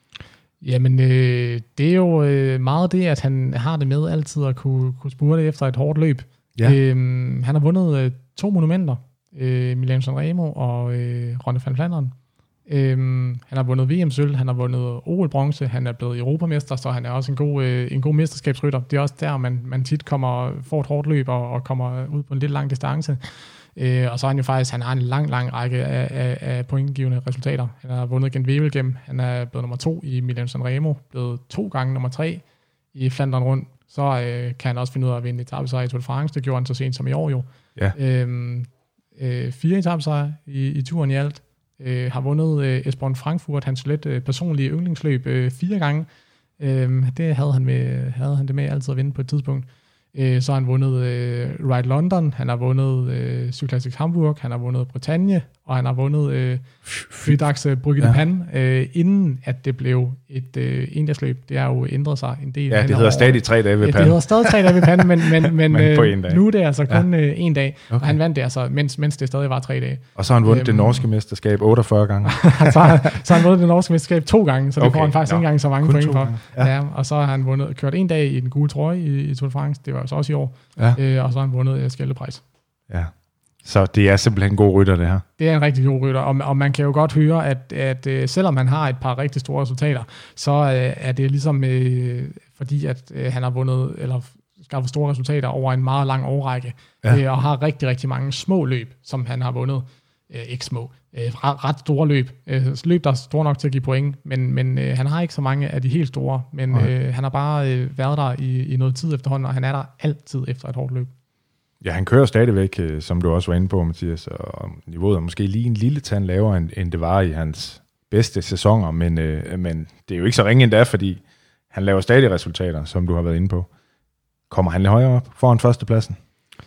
Jamen, øh, det er jo øh, meget det, at han har det med altid at kunne, kunne spurte efter et hårdt løb. Ja. Øh, han har vundet øh, to monumenter, øh, Milano-San Remo og øh, Ronde van Vlaanderen. Øh, han har vundet V M-sølv, han har vundet O L-bronze, han er blevet europamester, så han er også en god, øh, en god mesterskabsrytter. Det er også der, man, man tit kommer, får et hårdt løb og, og kommer ud på en lidt lang distance. Øh, og så er han jo faktisk, han har en lang, lang række af, af, af pointgivende resultater. Han har vundet Gent Wevelgem, han er blevet nummer to i Milano-San Remo, blevet to gange nummer tre i Flandern rundt. Så øh, kan han også finde ud af at vinde etapesejr i Tour de France, det gjorde han så sent som i år jo. Ja. Øh, øh, fire etapesejre i, i turen i alt. Øh, har vundet øh, Esbjerg Frankfurt, hans let øh, personlige yndlingsløb, øh, fire gange. Øh, det havde han, med, havde han det med altid at vinde på et tidspunkt. Øh, så har han vundet øh, Ride London, han har vundet øh, Cyclassics Hamburg, han har vundet Bretagne, og han har vundet øh, Fridags Brygge de Pan, øh, inden at det blev et øh, endagsløb. Det har jo ændret sig en del. Ja, det hedder stadig tre dage ved Pan. Ja, det hedder stadig tre dage ved Pan, men, men, men, men øh, nu er det altså kun ja. øh, en dag, okay. Og han vandt det altså, mens, mens det stadig var tre dage. Og så har han vundet øhm, det norske mesterskab otteogfyrre gange. så, har, så har han vundet det norske mesterskab to gange, så det okay. får han faktisk no. ikke engang så mange point for. Ja. Ja, og så har han vundet, kørt en dag i den gule trøje i, i Tour de France, det var jo så også i år, ja. øh, og så har han vundet uh, Skjeldeprejs. Ja. Så det er simpelthen en god rytter, det her. Det er en rigtig god rytter, og, og man kan jo godt høre, at, at uh, selvom han har et par rigtig store resultater, så uh, er det ligesom uh, fordi, at uh, han har vundet, eller skaffet store resultater over en meget lang årrække, ja. uh, og har rigtig, rigtig mange små løb, som han har vundet. Uh, ikke små, uh, ret, ret store løb. Uh, løb, der er store nok til at give point, men, men uh, han har ikke så mange af de helt store, men uh, han har bare uh, været der i, i noget tid efterhånden, og han er der altid efter et hårdt løb. Ja, han kører stadigvæk, som du også var inde på, Mathias, og niveauet er måske lige en lille tand lavere, end, end det var i hans bedste sæsoner, men, øh, men det er jo ikke så ringe endda, fordi han laver stadig resultater, som du har været inde på. Kommer han lidt højere op foran førstepladsen?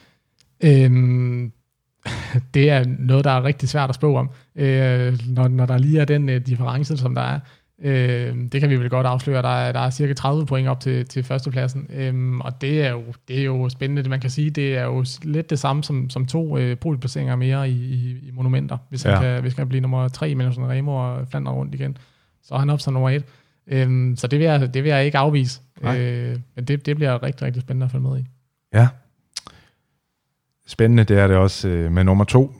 Øhm, det er noget, der er rigtig svært at spå om, øh, når, når der lige er den øh, difference, som der er. Øh, det kan vi vel godt afsløre. Der er, der er cirka tredive point op til, til førstepladsen, øh, og det er, jo, det er jo spændende. Det man kan sige, det er jo lidt det samme som, som to øh, podiumplaceringer mere i, i, i monumenter. Hvis han, ja. kan, hvis han kan blive nummer tre mellem sådan Remo og Flandern rundt igen, så er han op som nummer et. Øh, så det vil, jeg, det vil jeg ikke afvise. Øh, men det, det bliver rigtig, rigtig spændende at følge med i. Ja. Spændende, det er det også øh, med nummer to.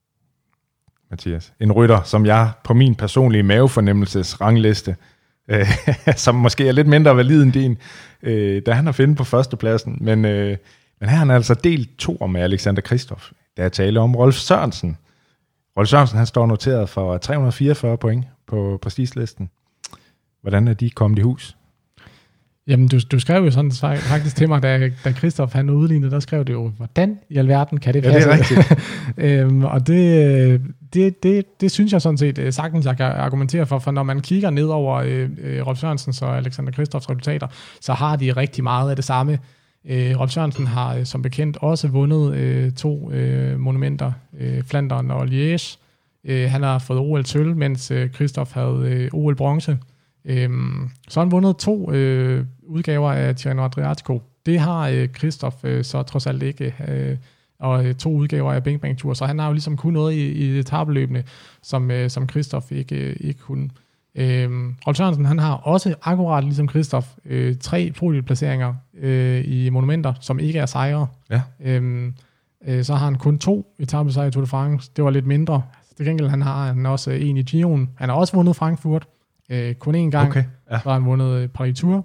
Mathias. En rytter, som jeg på min personlige mavefornemmelses rangliste, øh, som måske er lidt mindre valid end din, øh, da han har fundet på førstepladsen. Men, øh, men her har han altså delt to med Alexander Kristoff. Der er tale om Rolf Sørensen. Rolf Sørensen, han står noteret for tre hundrede og fireogfyrre point på prestigelisten. Hvordan er de kommet i hus? Jamen, du, du skrev jo sådan faktisk til mig, da, da Kristoff han udlignede, der skrev det jo, hvordan i alverden kan det passe? Ja, det er rigtigt. øhm, og det, det, det, det synes jeg sådan set sagtens, jeg kan argumentere for, for når man kigger ned over øh, Rolf Sørensens og Alexander Kristoffs resultater, så har de rigtig meget af det samme. Øh, Rolf Sørensen har øh, som bekendt også vundet øh, to øh, monumenter, øh, Flandern og Liège. Øh, han har fået O L-sølv, mens øh, Kristoff havde øh, O L-bronze. Øhm, så har han vundet to øh, udgaver af Tirreno Adriatico. Det har øh, Kristoff øh, så trods alt ikke. Øh, og øh, to udgaver af Bing Bang Tour. Så han har jo ligesom kun noget i, i etapeløbene, som, øh, som Kristoff ikke, øh, ikke kunne. Øhm, Rolf Sørensen, han har også akkurat ligesom Kristoff øh, tre podieplaceringer øh, i monumenter, som ikke er sejre. Ja. Øhm, øh, så har han kun to etapesejre i Tour de France. Det var lidt mindre. Til gengæld han har han også en i Giroen. Han har også vundet Frankfurt. Øh, kun én gang, okay, ja. Så har han vundet Paris Tour,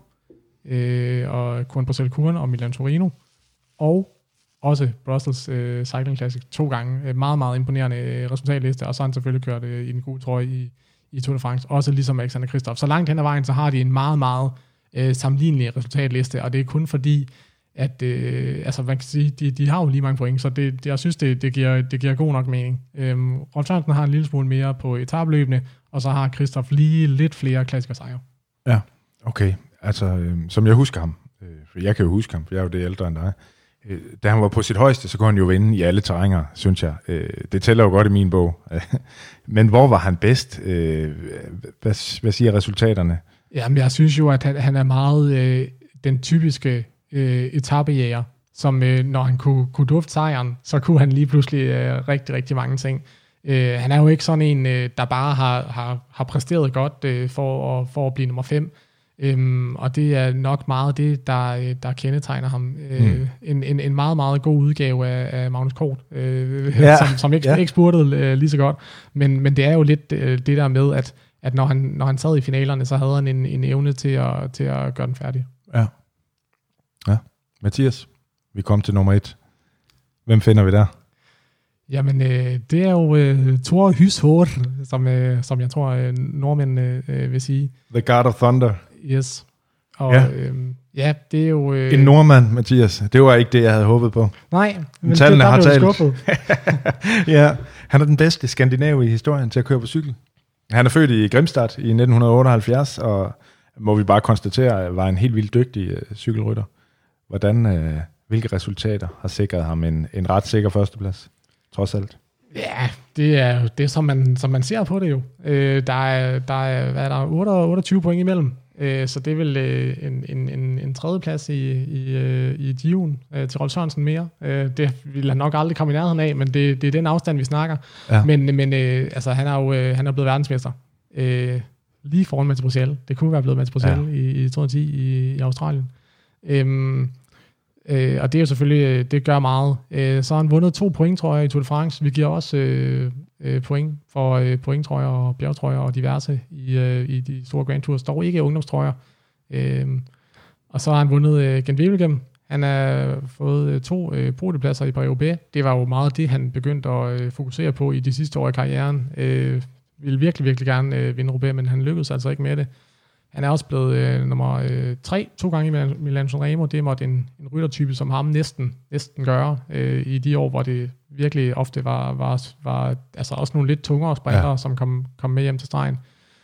øh, og kun Bruxelles-Kuren og Milan-Torino, og også Brussels øh, Cycling Classic to gange. Øh, meget, meget imponerende øh, resultatliste, og så har han selvfølgelig kørt øh, i den gode trøje i, i Tour de France, også ligesom Alexander Kristoff. Så langt hen ad vejen, så har de en meget, meget øh, sammenlignelig resultatliste, og det er kun fordi, at øh, altså, man kan sige, de, de har jo lige mange point, så det, det, jeg synes, det, det, giver, det giver god nok mening. Øhm, Rolf Sørensen har en lille smule mere på etabløbene, og så har Kristoff lige lidt flere klassikersejre. Ja, okay. Altså, øh, som jeg husker ham, øh, for jeg kan jo huske ham, for jeg er jo det ældre end dig, øh, da han var på sit højeste, så kunne han jo vinde i alle terrænger, synes jeg. Øh, det tæller jo godt i min bog. Men hvor var han bedst? Øh, hvad, hvad siger resultaterne? Jamen, jeg synes jo, at han, han er meget øh, den typiske øh, etapejæger, som øh, når han kunne, kunne dufte sejren, så kunne han lige pludselig øh, rigtig, rigtig mange ting. Øh, han er jo ikke sådan en, øh, der bare har, har, har præsteret godt øh, for, at, for at blive nummer fem. Øhm, og det er nok meget det, der, der kendetegner ham. Øh, mm. en, en, en meget, meget god udgave af, af Magnus Kort, øh, ja. som, som ikke, ja. ikke spurtede øh, lige så godt. Men, men det er jo lidt øh, det der med, at, at når, han, når han sad i finalerne, så havde han en, en evne til at, til at gøre den færdig. Ja. Ja. Mathias, vi kom til nummer et. Hvem finder vi der? Jamen, øh, det er jo øh, Thor Hushovd, som, øh, som jeg tror, øh, nordmændene øh, vil sige. The God of Thunder. Yes. Og ja, øh, ja det er jo... Øh, en nordmand, Mathias. Det var ikke det, jeg havde håbet på. Nej, men tallene det, har talt. Ja, han er den bedste skandinav i historien til at køre på cykel. Han er født i Grimstad i nitten otteoghalvfjerds, og må vi bare konstatere, var en helt vildt dygtig øh, cykelrytter. Hvordan, øh, hvilke resultater har sikret ham en, en ret sikker førsteplads? Trods alt. Ja, det er jo det, som man, som man ser på det jo. Øh, der er, der er, hvad er der, otteogtyve point imellem, øh, så det er vel øh, en, en, en, en tredjeplads i, i, øh, i Given øh, til Rolf Sørensen mere. Øh, det vil han nok aldrig komme i nærheden af, men det, det er den afstand, vi snakker. Ja. Men, men øh, altså, han er jo øh, han er blevet verdensmester. Øh, lige foran Mats Bruxelles. Det kunne være blevet Mats Bruxelles ja. i, i to tusind og ti i, i Australien. Øh, Øh, og det er jo selvfølgelig, det gør meget. Øh, så har han vundet to point, tror jeg, i Tour de France. Vi giver også øh, øh, point for øh, pointtrøjer og bjergtrøjer og diverse i, øh, i de store Grand Tours. Dog ikke ungdomstrøjer. Øh, og så har han vundet øh, Gent Wevelgem. Han har fået øh, to øh, podiepladser i Paris-Roubaix. Det var jo meget det, han begyndte at øh, fokusere på i de sidste år i karrieren. Øh, ville virkelig, virkelig gerne øh, vinde Roubaix, men han lykkedes altså ikke med det. Han er også blevet øh, nummer øh, tre, to gange i Milan Sanremo. Det måtte en, en ryttertype som ham næsten, næsten gøre øh, i de år, hvor det virkelig ofte var, var, var altså også nogle lidt tungere sprintere, ja. som kom, kom med hjem til stregen.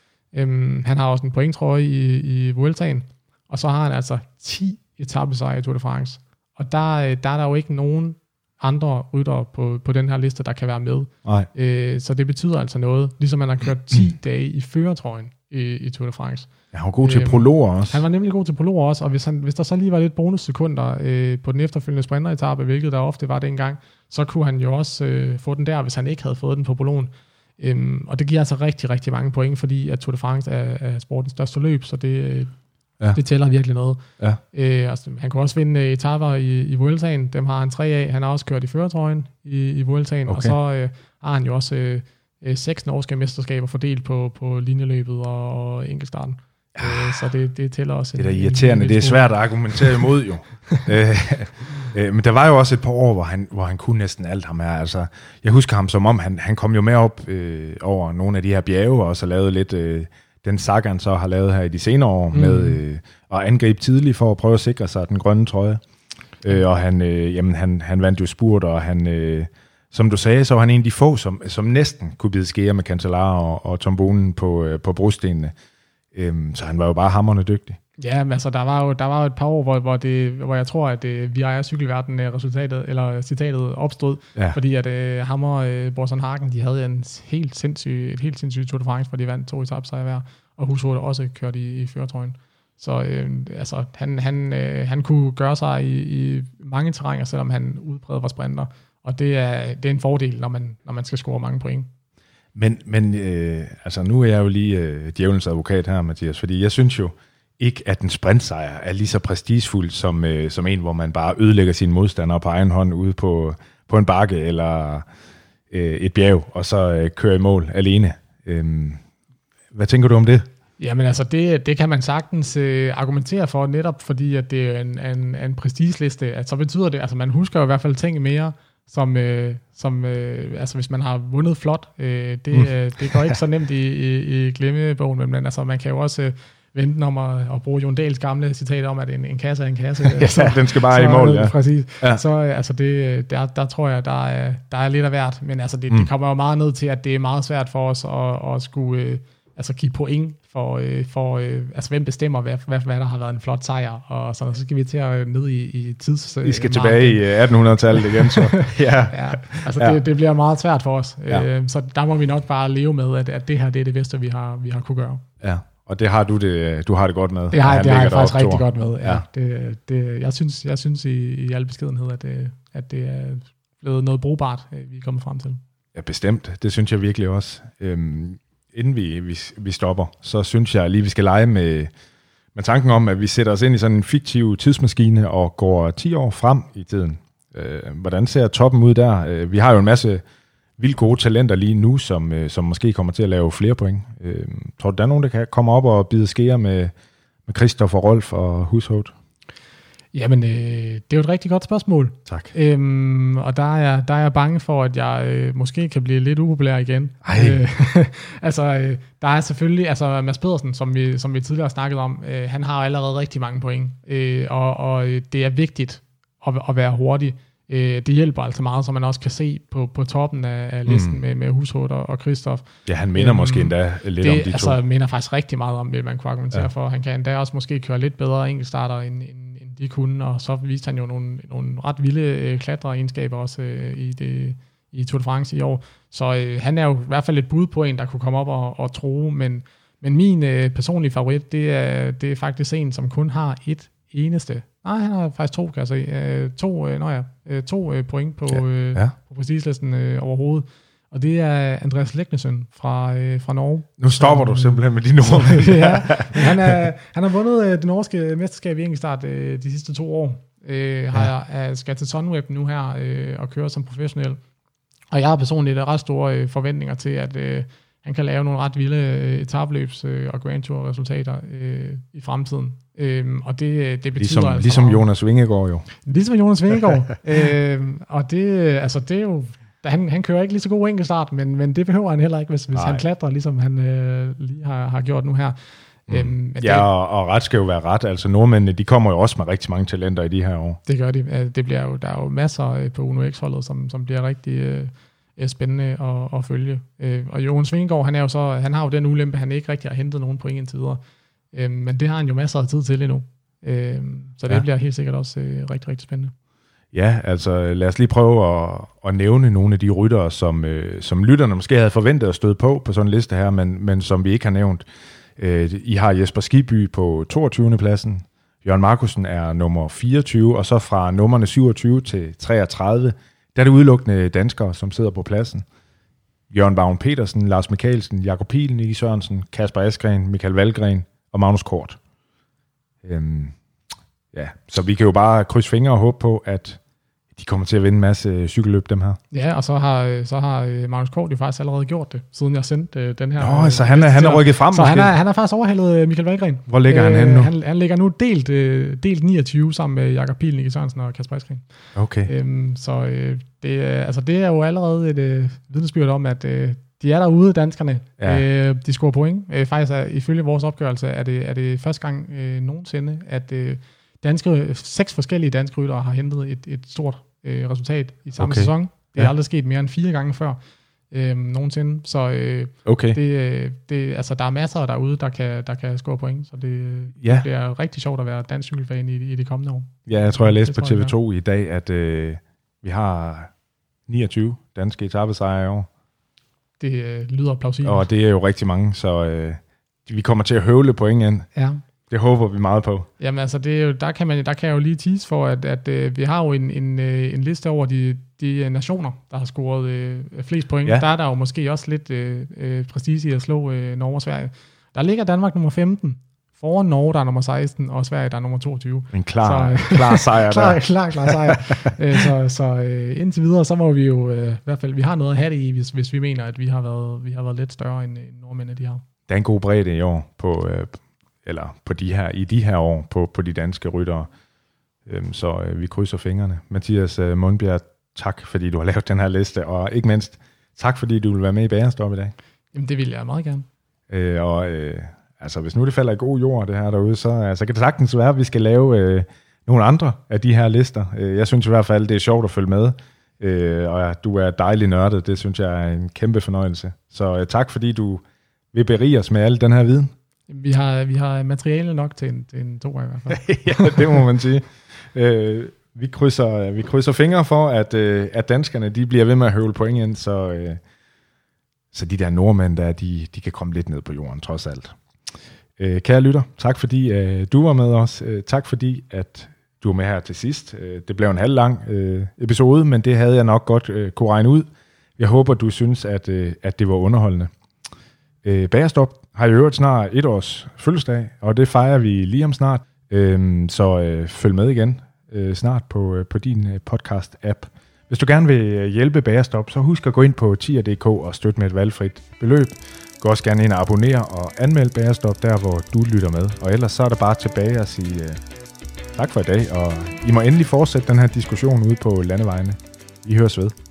Øhm, han har også en pointtrøje i, i Vueltaen, og så har han altså ti etapesejre i Tour de France. Og der, der er der jo ikke nogen andre ryttere på, på den her liste, der kan være med. Øh, så det betyder altså noget, ligesom man har kørt ti dage i førertrøjen i, i Tour de France. Ja, han var god til øhm, prologer også. Han var nemlig god til prologer også, og hvis, han, hvis der så lige var lidt bonussekunder øh, på den efterfølgende sprinteretappe, hvilket der ofte var det engang, så kunne han jo også øh, få den der, hvis han ikke havde fået den på prologen. Øhm, og det giver altså rigtig, rigtig mange point, fordi at Tour de France er, er sportens største løb, så det, øh, ja. det tæller virkelig noget. Ja. Øh, altså, han kunne også vinde øh, etaper i, i Vueltaen, dem har han tre af. Han har også kørt i førertrøjen i, i Vueltaen, okay. og så øh, har han jo også øh, øh, seks norske mesterskaber fordelt på, på linjeløbet og, og enkeltstarten. Ja. Øh, så det, det tæller også. Det er da irriterende, det er svært at argumentere imod jo. øh, øh, men der var jo også et par år, hvor han, hvor han kunne næsten alt ham her. Altså, jeg husker ham som om, han, han kom jo med op øh, over nogle af de her bjerge, og så lavede lidt øh, den Sagan så har lavet her i de senere år, mm. med øh, at angribe tidligt for at prøve at sikre sig den grønne trøje. Øh, og han, øh, jamen, han, han vandt jo spurt, og han... Øh, som du sagde, så var han en af de få, som, som næsten kunne bide skære med Cancellara og, og Tom Boonen på, øh, på brostenene. Øhm, så han var jo bare hamrende dygtig. Ja, men altså, der var jo, der var jo et par år, hvor, hvor, det, hvor jeg tror, at øh, vi ejer cykelverden resultatet, eller citatet opstod, ja. fordi at øh, ham og øh, Boasson Hagen, de havde en helt sindssyg, et helt sindssygt Tour de France, hvor de vandt to etapesejre hver, og Hushovd også kørte i, i førertrøjen. Så øh, altså, han, han, øh, han kunne gøre sig i, i mange terrænger, selvom han udpræget var sprinter, og det er, det er en fordel, når man, når man skal score mange point. Men, men øh, altså nu er jeg jo lige øh, djævelens advokat her, Mathias, fordi jeg synes jo ikke, at en sprintsejr er lige så prestigefuld som, øh, som en, hvor man bare ødelægger sine modstandere på egen hånd ude på, på en bakke eller øh, et bjerg, og så øh, kører i mål alene. Øh, hvad tænker du om det? Jamen altså, det, det kan man sagtens øh, argumentere for, netop fordi, at det er en, en, en prestigeliste. At så betyder det, altså man husker jo i hvert fald ting mere, som, øh, som øh, altså hvis man har vundet flot, øh, det, mm. øh, det går ikke så nemt i, i, i glemmebogen, men, men altså man kan jo også øh, vente om at, at bruge Jon Dahls gamle citat om, at en, en kasse er en kasse. ja, så, den skal bare så, i mål, ja. Præcis. Ja. Så øh, altså det, der, der tror jeg, der er, der er lidt af hvert, men altså det, mm. det kommer jo meget ned til, at det er meget svært for os at, at skulle øh, altså give point for, øh, for øh, altså hvem bestemmer, hvad, hvad, hvad der har været en flot sejr, og så, så skal vi til at ned i, i tids... Vi skal tilbage i attenhundredetallet igen, så. ja. ja, altså ja. Det, det bliver meget svært for os, ja. øh, så der må vi nok bare leve med, at, at det her det er det bedste, vi har, vi har kunne gøre. Ja, Og det har du det, du har det godt med. Det har, det har jeg faktisk rigtig godt med. Ja. Ja. Det, det, jeg synes, jeg synes i, i al beskedenhed, at det, at det er blevet noget brugbart, vi er kommet frem til. Ja, bestemt. Det synes jeg virkelig også. Øhm, inden vi, vi, vi stopper, så synes jeg lige, vi skal lege med, med tanken om, at vi sætter os ind i sådan en fiktiv tidsmaskine og går ti år frem i tiden. Øh, hvordan ser toppen ud der? Øh, vi har jo en masse vildt gode talenter lige nu, som, øh, som måske kommer til at lave flere point. Øh, tror du, der er nogen, der kan komme op og bide skære med, med Christopher, Rolf og Hushovd? Jamen, øh, det er jo et rigtig godt spørgsmål. Tak. Øhm, og der er, der er jeg bange for, at jeg øh, måske kan blive lidt upopulær igen. Øh, altså, øh, der er selvfølgelig, altså Mads Pedersen, som vi, som vi tidligere har snakket om, øh, han har allerede rigtig mange point. Øh, og, og det er vigtigt at, at være hurtig. Øh, det hjælper altså meget, så man også kan se på, på toppen af, af listen mm. med, med Hushovd og, og Christoph. Ja, han minder øhm, måske endda lidt det, om de to. Altså, minder faktisk rigtig meget om, vil man kunne argumentere ja. for. Han kan endda også måske køre lidt bedre enkeltstarter, end, end, end de kunne, og så viste han jo nogle, nogle ret vilde øh, klatreegenskaber også øh, i, det, i Tour de France i år. Så øh, han er jo i hvert fald et bud på en, der kunne komme op og, og true, men, men min øh, personlige favorit, det er, det er faktisk en, som kun har et eneste. Nej, han har faktisk to, kan jeg se. Øh, to, øh, nå ja, øh, to øh, point på, ja. øh, Ja. på prestigelisten øh, overhovedet. Og det er Andreas Leknesøn fra, øh, fra Norge. Nu stopper som, du simpelthen med dine ord. ja, han, er, han har vundet øh, det norske mesterskab i enkeltstart øh, de sidste to år. Øh, har ja. jeg, skal til Sunweb nu her øh, og køre som professionel. Og jeg har personligt ret store øh, forventninger til, at øh, han kan lave nogle ret vilde øh, etabløbs øh, og Grand Tour resultater øh, i fremtiden. Øhm, og det, det betyder ligesom, altså... Ligesom Jonas Vingegaard jo. Ligesom Jonas Vingegaard. øhm, og det, altså, det er jo... Han, han kører ikke lige så god enkeltstart, men, men det behøver han heller ikke, hvis, hvis han klatrer, ligesom han øh, lige har, har gjort nu her. Mm. Øhm, ja, det, og, og ret skal jo være ret. Altså nordmændene, de kommer jo også med rigtig mange talenter i de her år. Det gør de. Det bliver jo, der er jo masser på Uno X-holdet, som, som bliver rigtig øh, spændende at, at følge. Øh, og Jonas Vingegaard, han, er jo så, han har jo den ulempe, han ikke rigtig har hentet nogen point indtil videre. Øh, men det har han jo masser af tid til endnu. Øh, så det ja. bliver helt sikkert også øh, rigtig, rigtig spændende. Ja, altså lad os lige prøve at, at nævne nogle af de ryttere, som, øh, som lytterne måske havde forventet at støde på på sådan en liste her, men, men som vi ikke har nævnt. Øh, I har Jesper Skibby på toogtyvende pladsen, Jørgen Markusen er nummer fireogtyve, og så fra nummerne syvogtyve til treogtredive, der er det udelukkende danskere, som sidder på pladsen. Jørgen Vagn Petersen, Lars Mikkelsen, Jakob Pihl, Nicky Sørensen, Kasper Askren, Michael Valgren og Magnus Kort. Øhm, ja, så vi kan jo bare krydse fingre og håbe på, at de kommer til at vinde en masse cykelløb, dem her. Ja, og så har, så har Magnus Kort jo faktisk allerede gjort det, siden jeg sendte den her. Nå, så han er, han er rykket frem. Så han er, han er faktisk overhældet Michael Valgren. Hvor ligger øh, han henne nu? Han, han ligger nu delt, delt niogtyve sammen med Jakob Pihl, Nicky Sørensen og Kasper Askren. Okay. Øhm, så øh, det, altså, det er jo allerede et øh, vidnesbyrd om, at øh, de er derude, danskerne. Ja. Øh, de scorer point. Øh, faktisk er, ifølge vores opgørelse er det, er det første gang øh, nogensinde, at øh, danske, seks forskellige danske ryttere har hentet et, et stort øh, resultat i samme okay. sæson. Det er ja. aldrig sket mere end fire gange før øh, nogensinde. Så øh, okay. det, det, altså, der er masser derude, der kan, der kan score point. Så det, ja. det bliver rigtig sjovt at være dansk cykelfan i, i de kommende år. Ja, jeg tror, jeg læste på T V to i dag, at øh, vi har niogtyve danske etapesejre i år. Det øh, lyder plausibelt. Og det er jo rigtig mange, så øh, vi kommer til at høvle point ind. Ja. Det håber vi meget på. Jamen altså, det er jo, der, kan man, der kan jeg jo lige tease for, at, at øh, vi har jo en, en, øh, en liste over de, de nationer, der har scoret øh, flest point. Ja. Der er der jo måske også lidt øh, øh, prestige i at slå øh, Norge og Sverige. Der ligger Danmark nummer femten, foran Norge, der er nummer seksten, og Sverige, der er nummer toogtyve. En klar, så, øh, klar sejr klar, der. Klar, klar sejr. øh, så så øh, indtil videre, så må vi jo øh, i hvert fald, vi har noget at have det i, hvis, hvis vi mener, at vi har været, vi har været lidt større end, end nordmændene, de har. Der er en god bredde i år på... Øh, eller på de her, i de her år på, på de danske ryttere. Øhm, så øh, vi krydser fingrene. Mathias øh, Mundbjerg, tak fordi du har lavet den her liste, og ikke mindst tak fordi du vil være med i Bagerstop i dag. Jamen det vil jeg meget gerne. Øh, og øh, altså hvis nu det falder i god jord det her derude, så altså, kan det sagtens være, at vi skal lave øh, nogle andre af de her lister. Øh, jeg synes i hvert fald, det er sjovt at følge med, øh, og du er dejlig nørdet. Det synes jeg er en kæmpe fornøjelse. Så øh, tak fordi du vil berige os med al den her viden. Vi har, vi har materiale nok til en, til en toer i hvert fald. Ja, det må man sige. Øh, vi, krydser, vi krydser fingre for, at, øh, at danskerne de bliver ved med at høvle point ind, så, øh, så de der nordmænd, der, de, de kan komme lidt ned på jorden, trods alt. Øh, kære lytter, tak fordi øh, du var med os. Øh, tak fordi, at du var med her til sidst. Øh, det blev en halv lang øh, episode, men det havde jeg nok godt øh, kunne regne ud. Jeg håber, du synes, at, øh, at det var underholdende. Øh, Bagerstop har i øvrigt snart et års fødselsdag, og det fejrer vi lige om snart. Øh, så øh, følg med igen øh, snart på, øh, på din øh, podcast-app. Hvis du gerne vil hjælpe Bagerstop, så husk at gå ind på tier punktum d k og støtte med et valgfrit beløb. Gå også gerne ind og abonnere og anmelde Bagerstop der, hvor du lytter med. Og ellers så er der bare tilbage at sige uh, tak for i dag, og I må endelig fortsætte den her diskussion ude på landevejene. Vi høres ved.